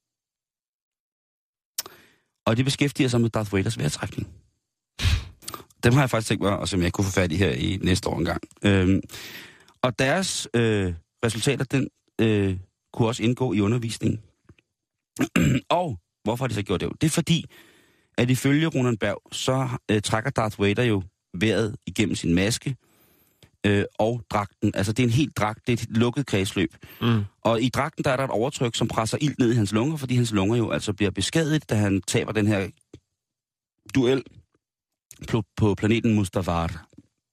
Og de beskæftiger sig med Darth Vaders vejrtrækning. Dem har jeg faktisk tænkt mig, og som jeg kunne få fat i her i næste år engang. Øhm, og deres øh, resultater, den øh, kunne også indgå i undervisningen. Og hvorfor har de så gjort det? Det er fordi, at ifølge Ronan Berg, så øh, trækker Darth Vader jo vejret igennem sin maske øh, og dragten. Altså det er en helt dragt, det er et lukket kredsløb. Mm. Og i dragten, der er der et overtryk, som presser ild ned i hans lunger, fordi hans lunger jo altså bliver beskadiget, da han taber den her duel på, på planeten Mustafar.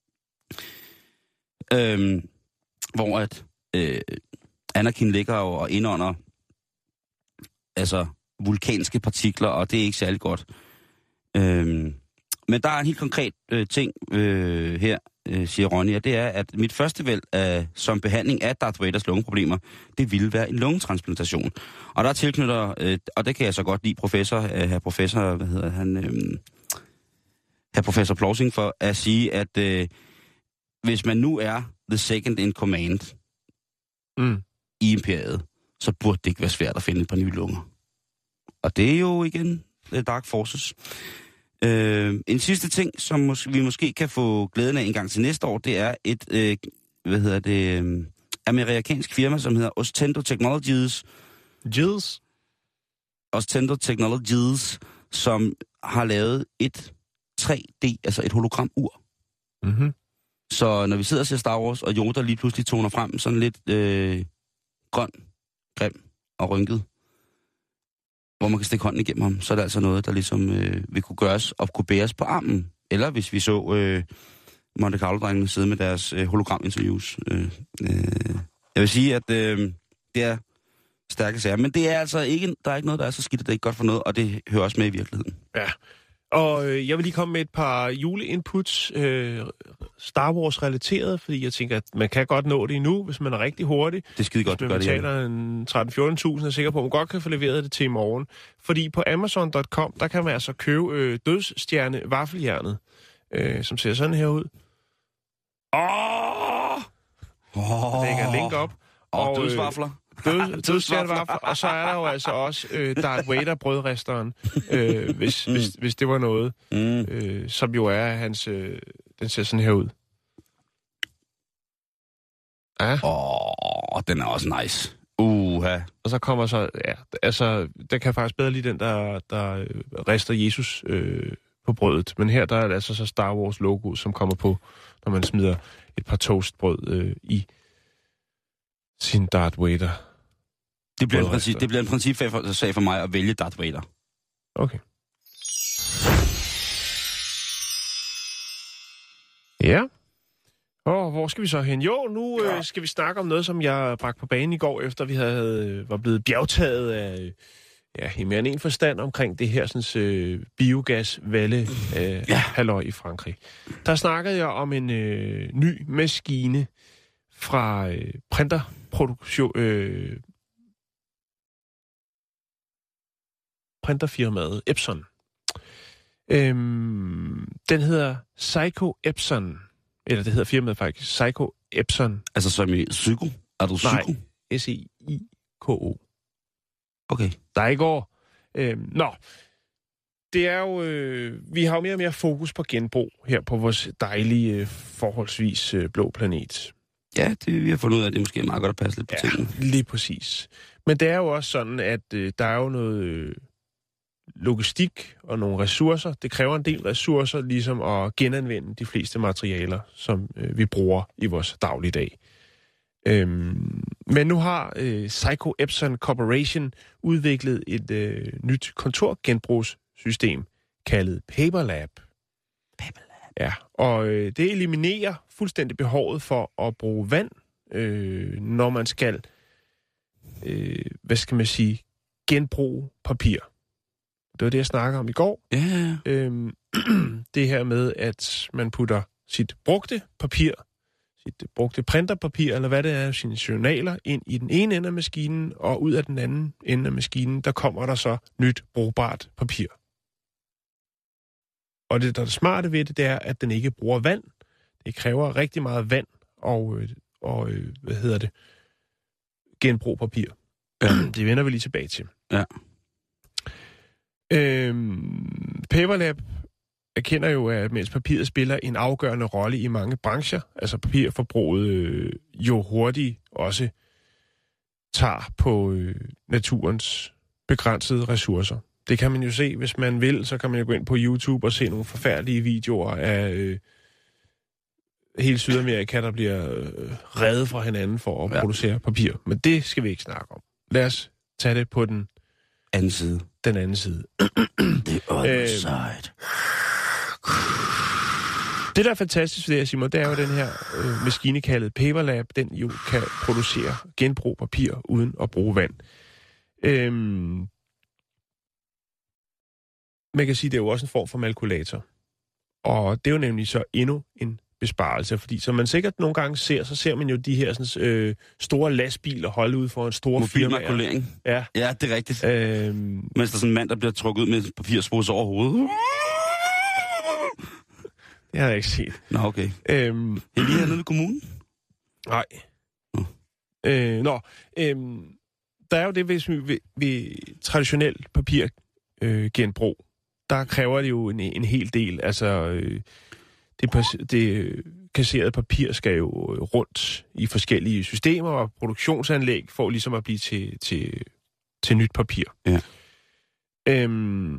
Øhm, hvor at øh, Anakin ligger jo og indånder altså vulkanske partikler, og det er ikke særlig godt. Øhm, men der er en helt konkret øh, ting øh, her, øh, siger Ronny, og det er, at mit første valg af, som behandling af Darth Vaders lungeproblemer, det ville være en lungetransplantation. Og der tilknytter, øh, og det kan jeg så godt lide, professor, øh, her professor, hvad hedder han, øh, her professor Plovsing, for at sige, at øh, hvis man nu er the second in command mm. i imperiet, så burde det ikke være svært at finde et par nye lunger. Og det er jo igen Dark Forces. Øh, en sidste ting, som mås- vi måske kan få glæden af en gang til næste år, det er et, øh, hvad hedder det, øh, amerikansk firma, som hedder Ostendo Technologies. Jeez. Ostendo Technologies, som har lavet et tre D, altså et hologram-ur. Mm-hmm. Så når vi sidder og ser Star Wars, og Yoda lige pludselig toner frem sådan lidt øh, grøn, grim og rynket, hvor man kan stikke hånden igennem ham, så er det altså noget, der ligesom øh, vil kunne gøres og kunne bæres på armen. Eller hvis vi så øh, Monte Carlo-drengene sidde med deres øh, hologram-interviews. Øh, øh, jeg vil sige, at øh, det er stærke sager, men det er altså ikke, der er ikke noget, der er så skidt, at det er ikke godt for noget, og det hører også med i virkeligheden. Ja, og øh, jeg vil lige komme med et par juleinputs, øh, Star Wars-relateret, fordi jeg tænker, at man kan godt nå det endnu, hvis man er rigtig hurtig. Det er skide godt, hvis du gør det. Hvis man betaler en tretten til fjorten tusind, er sikker på, at man godt kan få leveret det til i morgen. Fordi på Amazon punktum com, der kan man altså købe øh, dødsstjerne vaffeljernet, øh, som ser sådan her ud. Åh! Oh! Lægger en link op. Og, og øh, dødsvafler. Død, dødsstjernevafler, og så er der jo altså også øh, Darth Vader brødresteren, øh, hvis, mm. hvis, hvis det var noget, mm. øh, som jo er hans, øh, den ser sådan her ud. Ja. Åh, oh, den er også nice. Uha. Og så kommer så, ja, altså, der kan faktisk bedre lide den, der, der rester Jesus øh, på brødet. Men her, der er altså så Star Wars logo, som kommer på, når man smider et par toastbrød øh, i sin Darth Vader. Det bliver, en princip, det bliver en principsag for, for mig at vælge Darth Vader. Okay. Ja. Og hvor skal vi så hen? Jo, nu øh, skal vi snakke om noget, som jeg bragte på banen i går, efter vi havde øh, var blevet bjergtaget af ja, i mere end en forstand omkring det her sådan, øh, biogas-valle øh, ja. halløj i Frankrig. Der snakkede jeg om en øh, ny maskine fra øh, printerproduktion, øh, printerfirmaet Epson. Øhm, den hedder Seiko Epson. Eller det hedder firmaet faktisk. Seiko Epson. Altså som i Psyko? Er du Psyko? Nej, S E I K O. Okay. Der i går. Øhm, nå, det er jo... Øh, vi har jo mere og mere fokus på genbrug her på vores dejlige, øh, forholdsvis øh, blå planet. Ja, det, vi har fundet ud af, at det måske er meget godt at passe lidt på ja, tingene. Lige præcis. Men det er jo også sådan, at øh, der er jo noget... Øh, logistik og nogle ressourcer. Det kræver en del ressourcer, ligesom at genanvende de fleste materialer, som øh, vi bruger i vores dagligdag. Øhm, men nu har øh, Seiko Epson Corporation udviklet et øh, nyt kontorgenbrugssystem kaldet Paperlab. Paperlab. Ja, og øh, det eliminerer fuldstændig behovet for at bruge vand, øh, når man skal, øh, hvad skal man sige, genbruge papir. Det var det, jeg snakkede om i går. Ja, yeah. øhm, Det her med, at man putter sit brugte papir, sit brugte printerpapir, eller hvad det er, sine journaler, ind i den ene ende af maskinen, og ud af den anden ende af maskinen, der kommer der så nyt brugbart papir. Og det, der er det smarte ved det, det er, at den ikke bruger vand. Det kræver rigtig meget vand og, og hvad hedder det, genbrug papir. Ja. Det vender vi lige tilbage til. Ja. Øhm, Paperlab erkender jo, at mens papiret spiller en afgørende rolle i mange brancher, altså papirforbruget øh, jo hurtigt også tager på øh, naturens begrænsede ressourcer. Det kan man jo se, hvis man vil, så kan man jo gå ind på YouTube og se nogle forfærdelige videoer af øh, hele Sydamerika, der bliver øh, revet fra hinanden for at ja. producere papir. Men det skal vi ikke snakke om. Lad os tage det på den anden side. Den anden side. The other side. Det, der er fantastisk ved det, Simon, det er jo den her øh, maskine kaldet Paperlab, den jo kan producere genbrug papir uden at bruge vand. Øhm, man kan sige, det er jo også en form for malkulator. Og det er jo nemlig så endnu en besparelse, fordi som man sikkert nogle gange ser, så ser man jo de her sådan, øh, store lastbiler holde ud for en stor firma. Mobilmakulering. Ja. Ja, det er rigtigt. Øhm, Mens der er sådan en mand, der bliver trukket ud med papirspose over hovedet. Det har jeg ikke set. Nå, okay. Øhm, er lige hernede ved kommunen? Nej. Nå. Øh, nå, øhm, der er jo det, hvis vi ved, ved traditionelt papirgenbrug, øh, der kræver det jo en, en hel del. Altså, øh, det, det kasserede papir skal jo rundt i forskellige systemer, og produktionsanlæg for ligesom at blive til, til, til nyt papir. Ja. Øhm,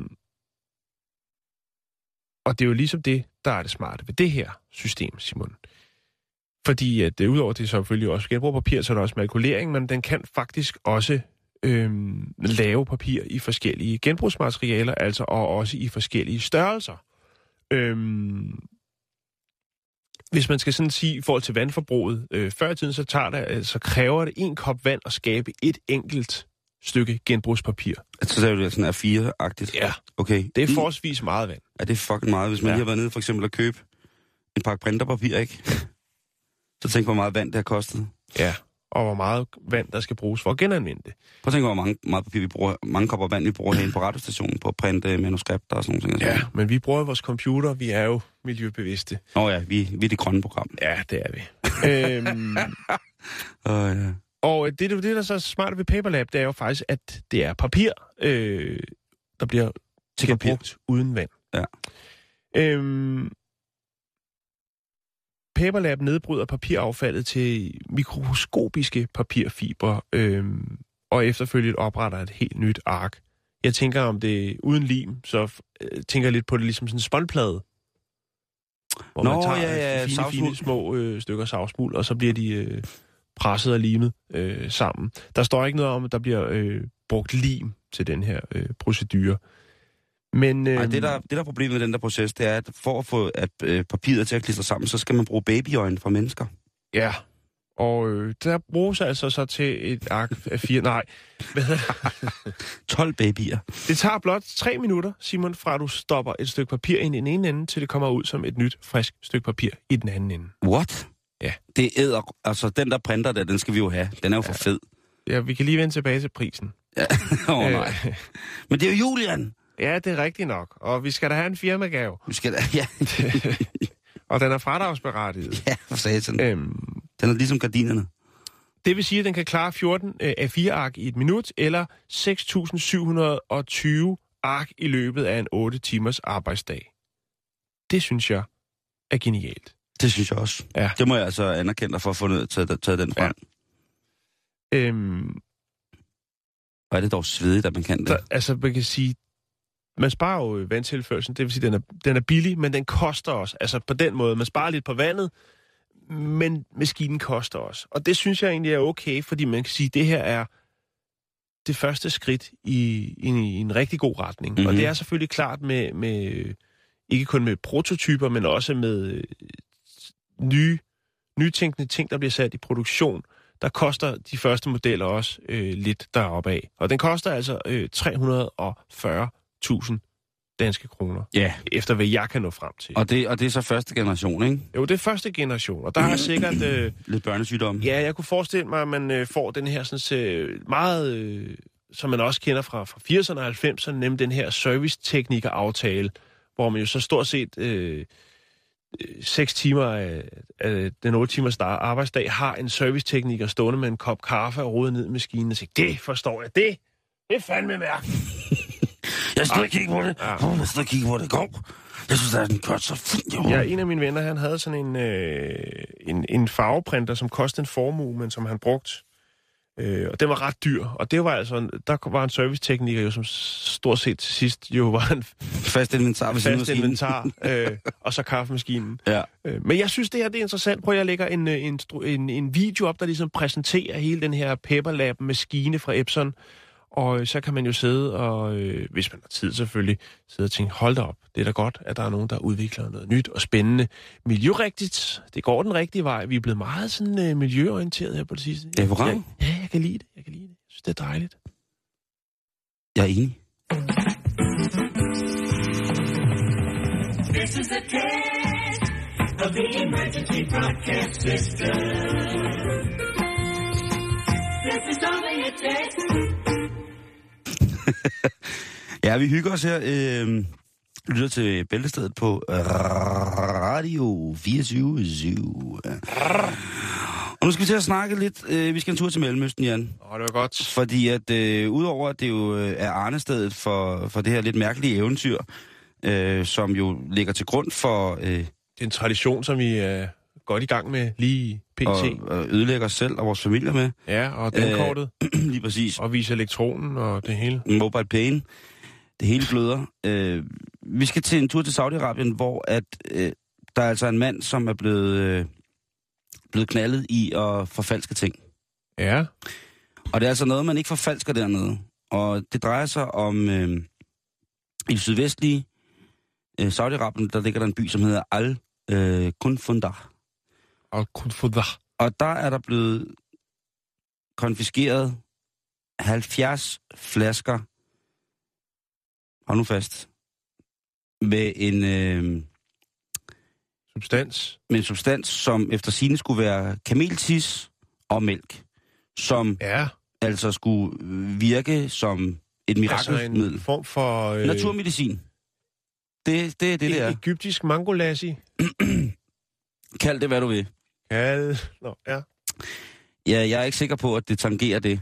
og det er jo ligesom det, der er det smarte ved det her system, Simon. Fordi at udover det så selvfølgelig også genbrug papir, så er der også malkulering, men den kan faktisk også øhm, lave papir i forskellige genbrugsmaterialer, altså og også i forskellige størrelser. Øhm, hvis man skal sådan sige i forhold til vandforbruget, øh, før i tiden, så, tager det, så kræver det en kop vand at skabe et enkelt stykke genbrugspapir. Så er det sådan A fire-agtigt? Ja. Okay. Det er forholdsvis meget vand. Ja, det er fucking meget. Hvis man ja. lige har været nede for eksempel at købe en pakke printerpapir, ikke? Så tænk, hvor meget vand det har kostet. Ja, og hvor meget vand, der skal bruges for at genanvende det. Prøv at tænke, hvor mange, meget papir vi bruger, mange kopper vand, vi bruger herinde på radiostationen på at printe manuskripter og sådan noget. Ja, men vi bruger vores computer, vi er jo miljøbevidste. Åh oh ja, vi, vi er det grønne program. Ja, det er vi. øhm, oh, ja. Og det, det, der er så smart ved Paperlab, det er jo faktisk, at det er papir, øh, der bliver til papir brugt uden vand. Ja. Øhm, Paperlab nedbryder papiraffaldet til mikroskopiske papirfibre, øhm, og efterfølgende opretter et helt nyt ark. Jeg tænker om det uden lim, så øh, tænker jeg lidt på det ligesom sådan en spånplade. Hvor Nå, man tager ja, ja, fine, fine små øh, stykker savsmuld, og så bliver de øh, presset og limet øh, sammen. Der står ikke noget om, at der bliver øh, brugt lim til den her øh, procedure. Men, øh, Ej, det, der, det der er problemet med den der proces, det er, at for at få at, øh, papiret til at klistre sammen, så skal man bruge babyøjne fra mennesker. Ja, og øh, der bruges altså så til et ark af fire... Nej, hvad hedder det? tolv babyer. Det tager blot tre minutter, Simon, fra du stopper et stykke papir ind i den ene ende, til det kommer ud som et nyt, frisk stykke papir i den anden ende. What? Ja. Det æder... Altså, den der printer der, den skal vi jo have. Den er jo for ja. fed. Ja, vi kan lige vende tilbage til prisen. Ja, åh oh, nej. Men det er jo Julian! Ja, det er rigtigt nok. Og vi skal da have en firmagave. Vi skal da... Ja. Og den er fradragsberettiget. Ja, for satan. Øhm, den er ligesom gardinerne. Det vil sige, at den kan klare fjorten A fire ark i et minut, eller seks tusind syv hundrede og tyve ark i løbet af en otte timers arbejdsdag. Det synes jeg er genialt. Det synes jeg også. Ja. Det må jeg altså anerkende dig for at få noget, taget, taget den frem. Ja. Øhm, Og er det dog svedigt, at man kan det? Der, altså, man kan sige, man sparer jo vandtilførselen, det vil sige, at den er, den er billig, men den koster også. Altså på den måde, man sparer lidt på vandet, men maskinen koster også. Og det synes jeg egentlig er okay, fordi man kan sige, at det her er det første skridt i, i, i en rigtig god retning. Mm-hmm. Og det er selvfølgelig klart med, med, ikke kun med prototyper, men også med nye, nytænkende ting, der bliver sat i produktion. Der koster de første modeller også øh, lidt deroppe af. Og den koster altså øh, tre hundrede og fyrre tusind danske kroner. Ja. Efter hvad jeg kan nå frem til. Og det, og det er så første generation, ikke? Jo, det er første generation. Og der er sikkert... Øh, lidt børnesygdomme. Ja, jeg kunne forestille mig, at man øh, får den her sådan, øh, meget... Øh, som man også kender fra, fra firserne og halvfemserne, nemlig den her servicetekniker-aftale, hvor man jo så stort set... Øh, seks timer af, af den otte timers arbejdsdag har en servicetekniker stående med en kop kaffe og rode ned i maskinen og siger, det forstår jeg, det, det er fandme mærkeligt. Jeg skal ikke kigge på det. Ja. Jeg skal ikke kigge på det. Går. Jeg synes, at den kørt så fint. Ja, en af mine venner, han havde sådan en, øh, en, en farveprinter, som kostede en formue, men som han brugte. Øh, og det var ret dyr. Og det var altså, der var en servicetekniker jo, som stort set til sidst jo var en fast inventar, fast inventar øh, og så kaffemaskinen. Ja. Øh, men jeg synes, det her det er interessant. Prøv at jeg lægger en, en, en, en video op, der ligesom præsenterer hele den her Paperlab-maskine fra Epson. Og så kan man jo sidde og, øh, hvis man har tid selvfølgelig, sidde og tænke, hold da op, det er da godt, at der er nogen, der udvikler noget nyt og spændende. Miljørigtigt, det går den rigtige vej. Vi er blevet meget sådan øh, miljøorienteret her på det sidste. Det er program. Ja, jeg kan lide det, jeg kan lide det. Jeg synes, det er dejligt. Jeg er enig. This is the test of the emergency broadcast system. This is only a test. Ja, vi hygger os her. Øh, lytter til Bæltestedet på Radio fireogtyve syv. Og nu skal vi til at snakke lidt. Øh, vi skal en tur til Mellemøsten, Jan. Åh, det var godt. Fordi at øh, udover at det jo er arnestedet for, for det her lidt mærkelige eventyr, øh, som jo ligger til grund for... Øh, det er en tradition, som vi er godt i gang med lige p t. Og, og ødelægger os selv og vores familier med. Ja, og dankortet. Øh, lige præcis. Og vise elektronen og det hele. Mobile Pay. Det hele gløder. Øh, vi skal til en tur til Saudi-Arabien, hvor at, øh, der er altså en mand, som er blevet, øh, blevet knaldet i at forfalske ting. Ja. Og det er altså noget, man ikke forfalsker dernede. Og det drejer sig om øh, i det sydvestlige øh, Saudi-Arabien, der ligger der en by, som hedder Al-Qunfundar. Al-Qunfundar. Og der er der blevet konfiskeret halvfjerds flasker, hold nu fast, med en, øh, substans. med en substans, som efter sigende skulle være kameltis og mælk, som ja. altså skulle virke som et mirakelmiddel. Altså en form for... Øh... Naturmedicin. Det, det er det, det er. Egyptisk mangolassi. Kald det, hvad du vil. Kald... Nå, ja. Ja, jeg er ikke sikker på, at det tangerer det.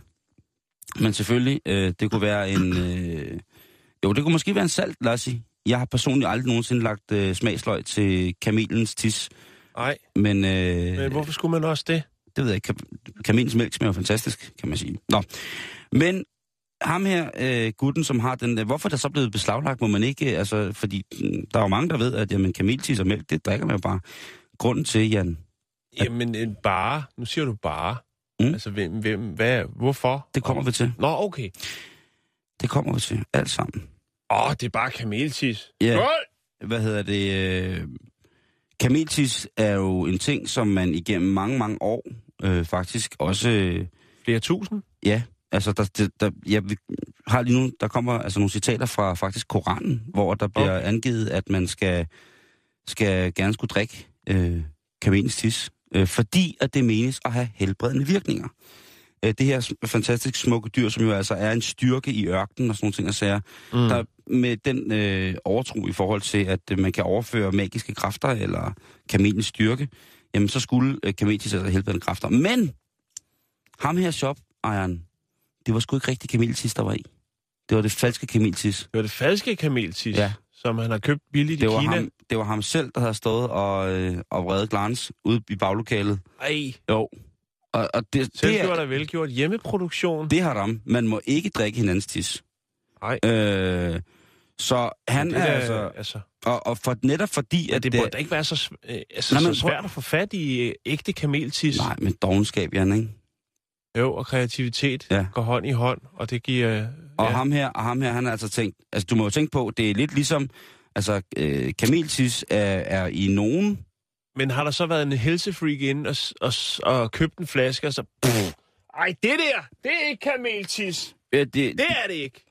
Men selvfølgelig, øh, det kunne være en... Øh, jo, det kunne måske være en salt lassi. Jeg har personligt aldrig nogensinde lagt øh, smagsløg til kamelens tis. Nej. Men, øh, Men hvorfor skulle man også det? Det ved jeg ikke. Kamelens mælk smager fantastisk, kan man sige. Nå. Men ham her, øh, gutten, som har den... Øh, hvorfor er der så blevet beslaglagt, må man ikke... Altså, fordi der er jo mange, der ved, at jamen, kameltis og mælk, det drikker man jo bare. Grunden til, Jan... At, jamen, en bare... Nu siger du bare... Mm. Altså, hvem, hvem, hvad, hvorfor? Det kommer vi til. Nå, okay. Det kommer vi til. Alt sammen. Åh, oh, det er bare kameltis. Ja. Skål! Hvad hedder det? Øh, kameltis er jo en ting, som man igennem mange, mange år øh, faktisk også... Øh, Flere tusind? Ja, altså der, der, der, jeg har lige nu, der kommer altså nogle citater fra faktisk Koranen, hvor der bliver okay. angivet, at man skal, skal gerne skulle drikke øh, kamelens tis, øh, fordi at det menes at have helbredende virkninger. Øh, det her fantastisk smukke dyr, som jo altså er en styrke i ørkenen og sådan nogle ting og sager, mm. der med den øh, overtro i forhold til, at øh, man kan overføre magiske kræfter eller kamelens styrke, jamen så skulle øh, kameltis altså helbredende kræfter. Men ham her shop-ejeren, det var sgu ikke rigtig kameltis, der var i. Det var det falske kameltis. Det var det falske kameltis, ja. Som han har købt billigt det i var Kina? Ham, det var ham selv, der havde stået og, øh, og vredet glans ude i baglokalet. Ej. Jo. Og, og det, Selvgjort og velgjort hjemmeproduktion. Det har dem. Man må ikke drikke hinandens tis. Nej. Øh, så han det er, er altså... altså Og, og for, netop fordi... Ja, at det burde da ikke være så, øh, altså, nej, så svært prøv... at få fat i øh, ægte kameltis. Nej, men dovenskab, Jan, ikke? Jo, og kreativitet ja. går hånd i hånd, og det giver... Øh, og, ja. ham her, og ham her, han har altså tænkt... Altså, du må jo tænke på, det er lidt ligesom... Altså, øh, kameltis er, er i nogen... Men har der så været en helsefreak inde og, og, og købt en flaske, og så... Pff, ej, det der, det er ikke kameltis. Ja, det, det er det ikke.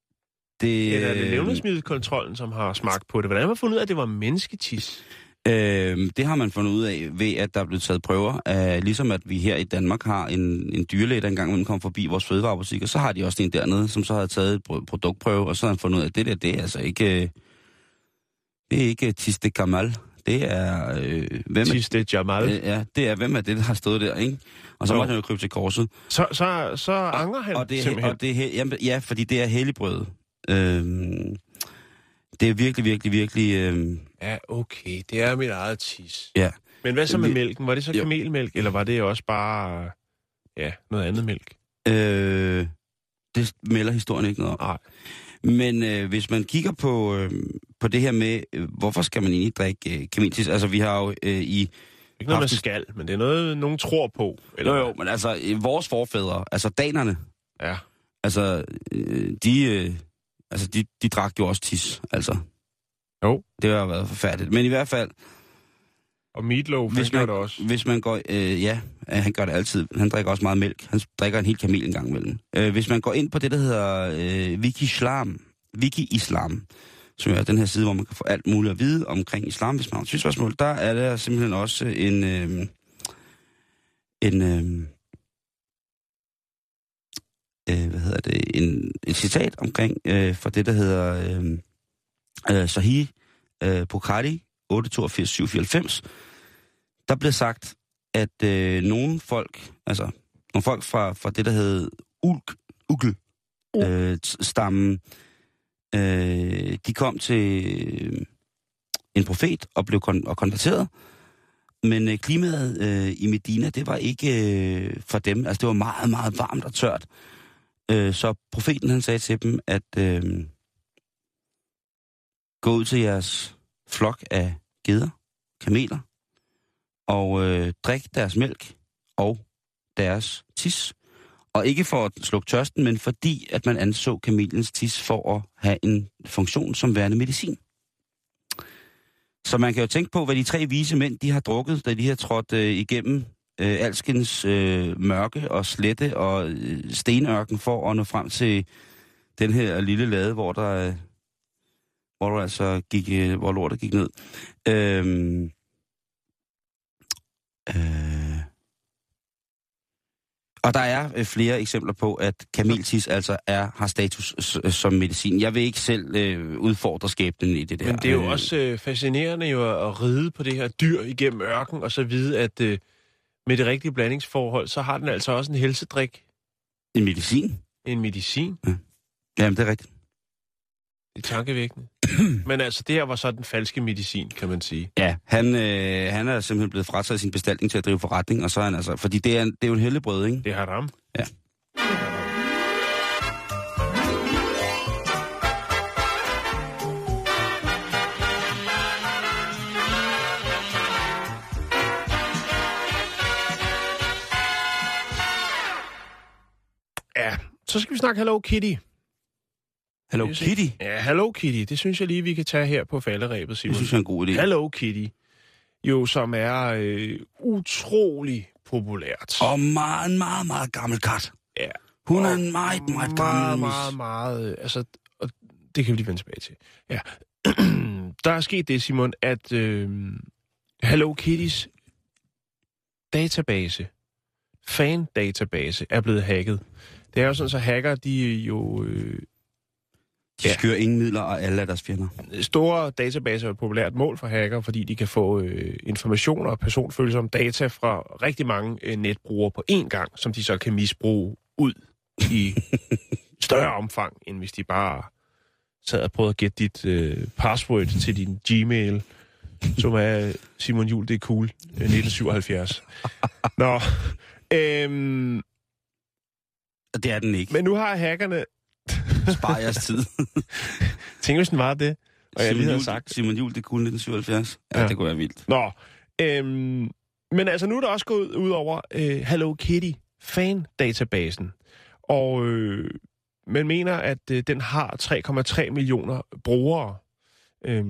Det, Eller er det levnedsmiddelkontrollen, som har smagt på det? Hvordan har man fundet ud af, at det var mennesketis? Øh, det har man fundet ud af ved, at der er blevet taget prøver. Af, ligesom at vi her i Danmark har en, en dyrlæge, der engang imellem kom forbi vores fødevarebutik, og så har de også en dernede, som så har taget et produktprøve, og så har han fundet ud af, at det der, det er altså ikke... Det er ikke tis de Kamal. Det er... Øh, hvem tis de Jamal. Øh, ja, det er, hvem er det, der har stået der, ikke? Og så må han jo krybe til korset. Så, så, så angrer han og det er, simpelthen? Og det er, jamen, ja, fordi det er helligbrød. Øhm, det er virkelig, virkelig, virkelig... Øhm, ja, okay. Det er mit eget tis. Ja. Men hvad så med mælken? Var det så kamelmælk, eller var det også bare ja, noget andet mælk? Øh, det melder historien ikke noget om. Nej. Men øh, hvis man kigger på, øh, på det her med, øh, hvorfor skal man egentlig drikke øh, kameltis? Altså, vi har jo øh, i... Ikke noget, man skal, men det er noget, nogen tror på. Eller jo, jo, men altså, øh, vores forfædre, altså danerne, ja. altså, øh, de, øh, altså de, de drak jo også tis, altså. Jo. Det har været forfærdeligt. Men i hvert fald... Og Meatloaf, hvis han man, gør det også. Hvis man går... Øh, ja, han gør det altid. Han drikker også meget mælk. Han drikker en hel kamel en gang imellem. Øh, hvis man går ind på det, der hedder øh, Wiki-Islam, Wiki-Islam, som er den her side, hvor man kan få alt muligt at vide omkring islam, hvis man har et spørgsmål, der er der simpelthen også en... Øh, en... Øh, øh, hvad hedder det? En, et citat omkring øh, for det, der hedder øh, øh, Sahih øh, Bukhari otte toogfirs syv fireoghalvfems. Der blev sagt, at øh, nogle folk, altså nogle folk fra, fra det, der hed Ulk, Ukkel, øh, stammen, øh, de kom til øh, en profet og blev kon- og konverteret. Men øh, klimaet øh, i Medina, det var ikke øh, for dem. Altså, det var meget, meget varmt og tørt. Øh, så profeten, han sagde til dem, at øh, gå ud til jeres flok af geder, kameler, og øh, drik deres mælk og deres tis. Og ikke for at slukke tørsten, men fordi, at man anså kameliens tis for at have en funktion som værende medicin. Så man kan jo tænke på, hvad de tre vise mænd, de har drukket, da de har trådt øh, igennem øh, alskens øh, mørke og slette og øh, stenørken for at nå frem til den her lille lade, hvor der, øh, hvor der altså gik, øh, hvor lortet gik ned. Øhm, øh, og der er øh, flere eksempler på, at kameltis altså er, har status s- som medicin. Jeg vil ikke selv øh, udfordre skæbnen i det der. Men det er jo også øh, fascinerende jo at ride på det her dyr igennem ørken, og så vide, at øh, med det rigtige blandingsforhold, så har den altså også en helsedrik. En medicin? En medicin. Ja. Jamen, det er rigtigt. Det er tankevækkende. Men altså, det her var så den falske medicin, kan man sige. Ja, han, øh, han er simpelthen blevet frataget sin bestaltning til at drive forretning, og så er han altså... Fordi det er, det er jo en helligbrød, ikke? Det har ram. Ja. Ja, så skal vi snakke Hello Kitty. Hello Kitty? Ja, Hello Kitty. Det synes jeg lige, vi kan tage her på falderæbet, Simon. Det synes jeg er en god idé. Hello Kitty. Jo, som er øh, utrolig populært. Og meget, meget, meget gammel kat. Ja. Hun er en meget, meget gammel. Meget, meget, meget. Altså, og det kan vi lige vende tilbage til. Ja. Der er sket det, Simon, at øh, Hello Kittys database, fan-database, er blevet hacket. Det er jo sådan, så hacker, de jo... Øh, De skyer ingen midler, og alle er deres fjender. Store databaser er et populært mål for hacker, fordi de kan få øh, informationer og personfølsomme data fra rigtig mange øh, netbrugere på én gang, som de så kan misbruge ud i større omfang, end hvis de bare sad og prøvede at gætte dit øh, password til din Gmail, som er Simon Juhl, det er cool, øh, nitten syvoghalvfjerds. Nå, øhm, det er den ikke. Men nu har hackerne... Spar jeres tid. Tænk, hvis den var det. Og jeg lige havde sagt... Simon Juhl, det er cool nitten syvoghalvfjerds. Ja, ja, det kunne være vildt. Nå, øhm, men altså nu er der også gået ud over øh, Hello Kitty fan-databasen. Og øh, man mener, at øh, den har tre komma tre millioner brugere, øh,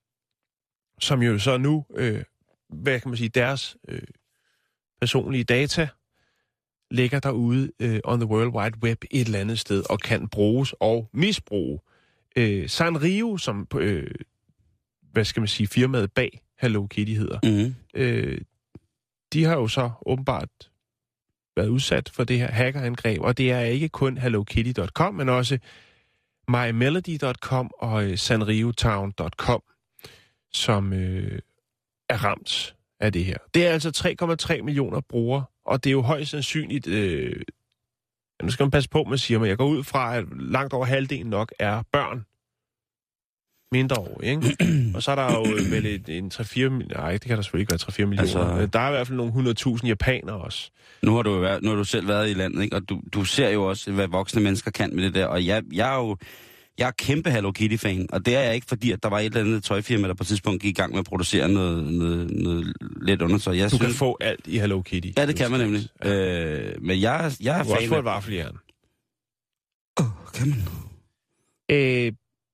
som jo så nu, øh, hvad kan man sige, deres øh, personlige data ligger derude øh, on the World Wide Web et eller andet sted og kan bruges og misbruge. Øh, Sanrio, som øh, hvad skal man sige, firmaet bag Hello Kitty hedder, mm-hmm. øh, de har jo så åbenbart været udsat for det her hackerangreb, og det er ikke kun hello kitty punktum com, men også my melody punktum com og øh, sanriotown punktum com, som øh, er ramt af det her. Det er altså tre komma tre millioner brugere, og det er jo højst sandsynligt, øh, nu skal man passe på, man siger, men jeg går ud fra, at langt over halvdelen nok er børn. Mindreårige, ikke? Og så er der jo vel et, en tre fire... Nej, det kan der selvfølgelig ikke være tre fire millioner. Altså, der er i hvert fald nogle hundrede tusind japanere også. Nu har du, været, nu har du selv været i landet, ikke? Og du, du ser jo også, hvad voksne mennesker kan med det der. Og jeg, jeg er jo... Jeg er kæmpe Hello Kitty-fan, og det er jeg ikke, fordi at der var et eller andet tøjfirma, der på et tidspunkt gik i gang med at producere noget, noget, noget let undertøj. Jeg du synes, kan få alt i Hello Kitty. Ja, det kan man nemlig. Ja. Øh, men jeg, jeg er fan af... Du kan også få af... et vaffeljern. Åh, oh, kan man? Øh...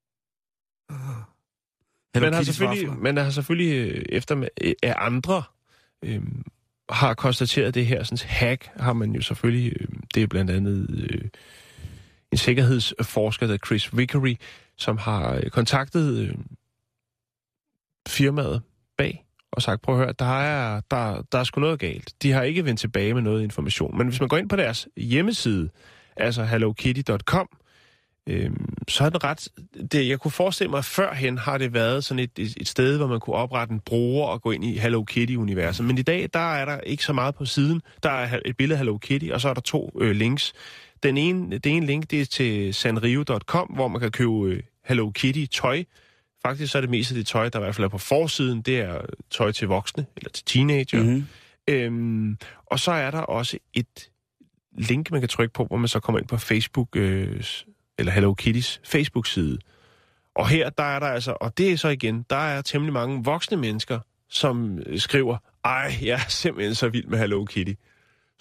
Man har, selvfølgelig, man har selvfølgelig efter med, af andre øh, har konstateret det her sådan hack, har man jo selvfølgelig, øh, det er blandt andet øh, en sikkerhedsforsker, der Chris Vickery, som har øh, kontaktet øh, firmaet bag og sagt, prøv at høre, der er, der, der er sgu noget galt. De har ikke vendt tilbage med noget information. Men hvis man går ind på deres hjemmeside, altså hello kitty punktum com, Øhm, så er den ret... Det, jeg kunne forestille mig, at førhen har det været sådan et, et, et sted, hvor man kunne oprette en bruger og gå ind i Hello Kitty-universet. Men i dag, der er der ikke så meget på siden. Der er et billede af Hello Kitty, og så er der to øh, links. Den ene, det ene link, det er til sanrio punktum com, hvor man kan købe øh, Hello Kitty-tøj. Faktisk så er det mest af det tøj, der i hvert fald er på forsiden, det er tøj til voksne, eller til teenager. Mm-hmm. Øhm, og så er der også et link, man kan trykke på, hvor man så kommer ind på Facebook... Øh, eller Hello Kittys Facebook-side. Og her, der er der altså, og det er så igen, der er temmelig mange voksne mennesker, som skriver, ej, jeg er simpelthen så vild med Hello Kitty.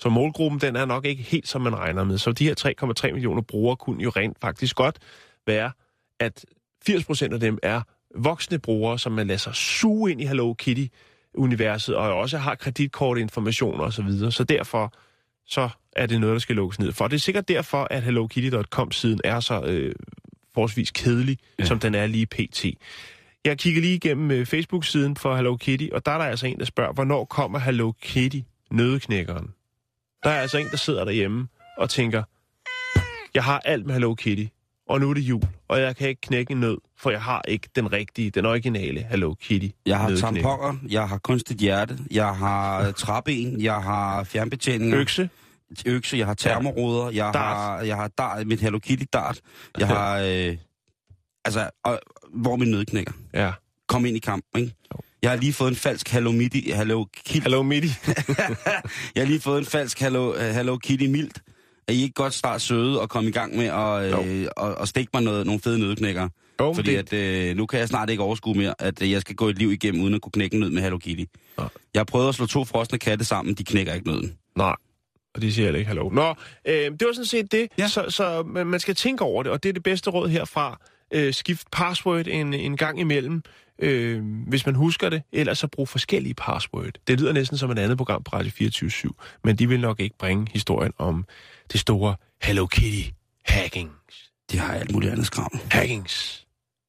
Så målgruppen, den er nok ikke helt, som man regner med. Så de her tre komma tre millioner brugere kunne jo rent faktisk godt være, at firs procent af dem er voksne brugere, som man lader sig suge ind i Hello Kitty-universet, og også har kreditkortinformationer osv. Så, videre. Så derfor så er det noget, der skal lukkes ned for. Det er sikkert derfor, at hello kitty punktum com-siden er så øh, forholdsvis kedelig, ja. Som den er lige pt. Jeg kigger lige igennem øh, Facebook-siden for Hello Kitty, og der er der altså en, der spørger, hvornår kommer Hello Kitty nødeknækkeren? Der er altså en, der sidder derhjemme og tænker, jeg har alt med Hello Kitty, og nu er det jul, og jeg kan ikke knække en nød, for jeg har ikke den rigtige, den originale Hello Kitty. Jeg har tamponer, jeg har kunstigt hjerte, jeg har træben, jeg har fjernbetjeninger. Økse. Økse, jeg har termoruder, jeg dart. har jeg har dart, mit Hello Kitty dart, jeg Ja. har øh, altså og, hvor er min nødknækker? Ja. Kom ind i kampen, ikke? Jo. Jeg har lige fået en falsk Hello Kitty, Hello Kitty. Hello Kitty. Jeg har lige fået en falsk Hello, Hello Kitty mildt. Er I ikke godt start søde og komme i gang med at øh, og, og stikke mig noget, nogle fede nødknækker? Jo, Fordi det... at, øh, nu kan jeg snart ikke overskue mere, at øh, jeg skal gå et liv igennem, uden at kunne knække en nød med Hello Kitty. Ja. Jeg har prøvet at slå to frosne katte sammen, de knækker ikke nøden. Nej, og de siger heller ikke hallo. Nå, øh, det var sådan set det, Ja. så, så man skal tænke over det, og det er det bedste råd herfra. Øh, skift password en, en gang imellem, øh, hvis man husker det, ellers så brug forskellige password. Det lyder næsten som et andet program på Radio fireogtyve syv, men de vil nok ikke bringe historien om det store Hello Kitty hackings. De har alt muligt andet skram. Hackings.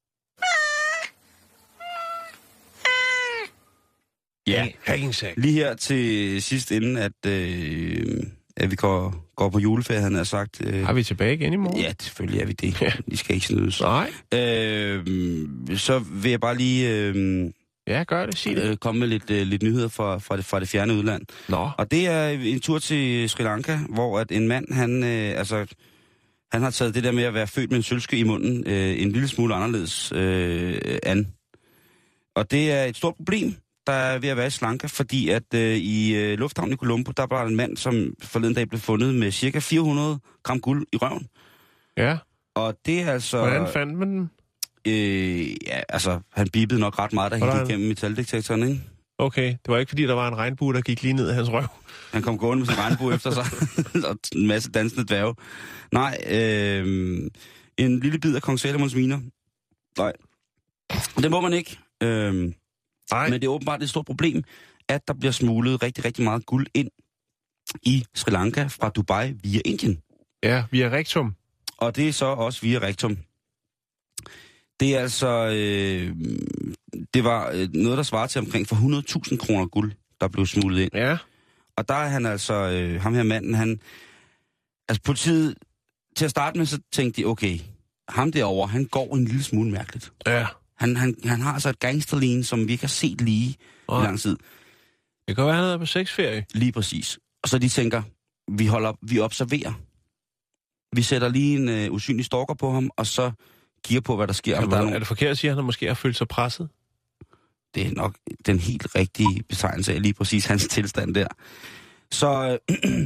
Ja. Hackingsag. Lige her til sidst, inden at, øh, at vi går, går på juleferie, han har sagt... Øh, Har vi tilbage igen i morgen? Ja, selvfølgelig er vi det. Ja. Vi skal ikke snydes. Nej. Øh, så vil jeg bare lige øh, Ja, gør det. Sig det. øh, komme med lidt, øh, lidt nyheder fra, fra, det, fra det fjerne udland. Nå. Og det er en tur til Sri Lanka, hvor at en mand, han, øh, altså, han har taget det der med at være født med en sølvske i munden øh, en lille smule anderledes øh, an. Og det er et stort problem, der er ved at være i Sri Lanka, fordi at øh, i øh, lufthavnen i Colombo, der var en mand, som forleden dag blev fundet med cirka fire hundrede gram guld i røven. Ja. Og det er altså... Hvordan fandt man den? Øh, ja, altså, han bippede nok ret meget, der Hvordan? helt igennem metaldetektoren, ikke? Okay, det var ikke fordi, der var en regnbue, der gik lige ned i hans røv. Han kom gående med sin regnbue efter sig, og en masse dansende dværge. Nej, øh, en lille bid af Kong Salomons miner. Nej, det må man ikke. Øh, Nej. men det er åbenbart et stort problem, at der bliver smuglet rigtig, rigtig meget guld ind i Sri Lanka fra Dubai via Indien. Ja, via rektum. Og det er så også via rektum. Det er altså... Øh, det var øh, noget, der svarer til omkring for hundrede tusind kroner guld, der blev smuglet ind. Ja. Og der er han altså... Øh, ham her manden, han... Altså politiet... Til at starte med, så tænkte de, okay, ham derovre, han går en lille smule mærkeligt. Ja. Han, han, han har altså et gangsterligne, som vi ikke har set lige Oh. i lang tid. Det kan være, han er på sexferie. Lige præcis. Og så de tænker, vi holder, vi observerer. Vi sætter lige en øh, usynlig stalker på ham, og så kigger på, hvad der sker. Er, Om der er, er nogen... det forkert at sige, at han måske har følt sig presset? Det er nok den helt rigtige betegnelse af lige præcis hans tilstand der. Så øh,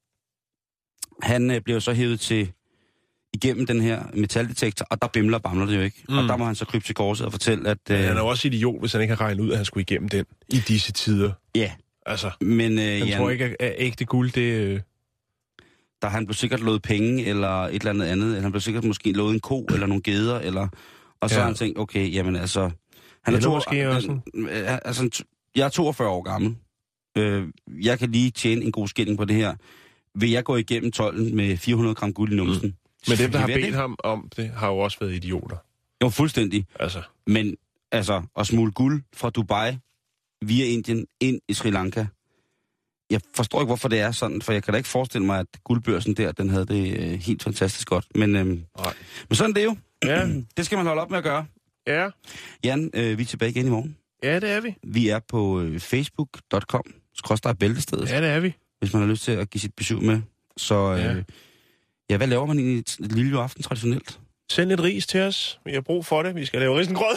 han øh, bliver så hævet til igennem den her metaldetektor, og der bimler og bamler det jo ikke. Mm. Og der må han så krybe til korset og fortælle, at... Øh, Ja, han er jo også idiot, hvis han ikke har regnet ud, at han skulle igennem den i disse tider. Ja, Altså, men øh, han Jan, tror ikke, at ægte guld, det... Øh... der han blev sikkert lovet penge, eller et eller andet andet. Eller han blev sikkert måske lovet en ko, eller nogle geder, eller... Og så Ja. har han tænkt, okay, jamen altså... Han er Eller to, måske også øh, altså, jeg er toogfyrre år gammel. Øh, jeg kan lige tjene en god skilling på det her. Vil jeg gå igennem tolden med fire hundrede gram guld i numsen? Mm. Men dem, der har Vil jeg bedt det? ham om det, har jo også været idioter. Jo, fuldstændig. Altså, Men altså, at smule guld fra Dubai via Indien ind i Sri Lanka. Jeg forstår ikke, hvorfor det er sådan, for jeg kan da ikke forestille mig, at guldbørsen der, den havde det øh, helt fantastisk godt. Men, øh, men sådan er det jo. ja, Det skal man holde op med at gøre. ja, Jan, øh, vi er tilbage igen i morgen. ja, det er vi. Vi er på øh, facebook punktum com skråstreg bæltestedet, Ja, det er vi. hvis man har lyst til at give sit besøg med. Så øh, Ja. ja. ja, hvad laver man i et lille aften traditionelt? Send lidt ris til os. Vi har brug for det. Vi skal lave risengrød.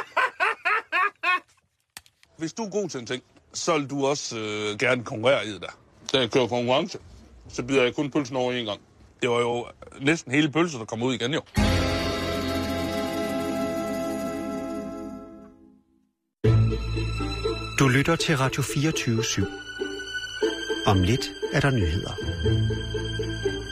Hvis du er god til en ting, så vil du også øh, gerne konkurrere i det der. Da jeg kører konkurrence, så bider jeg kun pølsen over en gang. Det var jo næsten hele pølsen, der kom ud igen jo. Du lytter til Radio fireogtyve syv. Om lidt er der nyheder.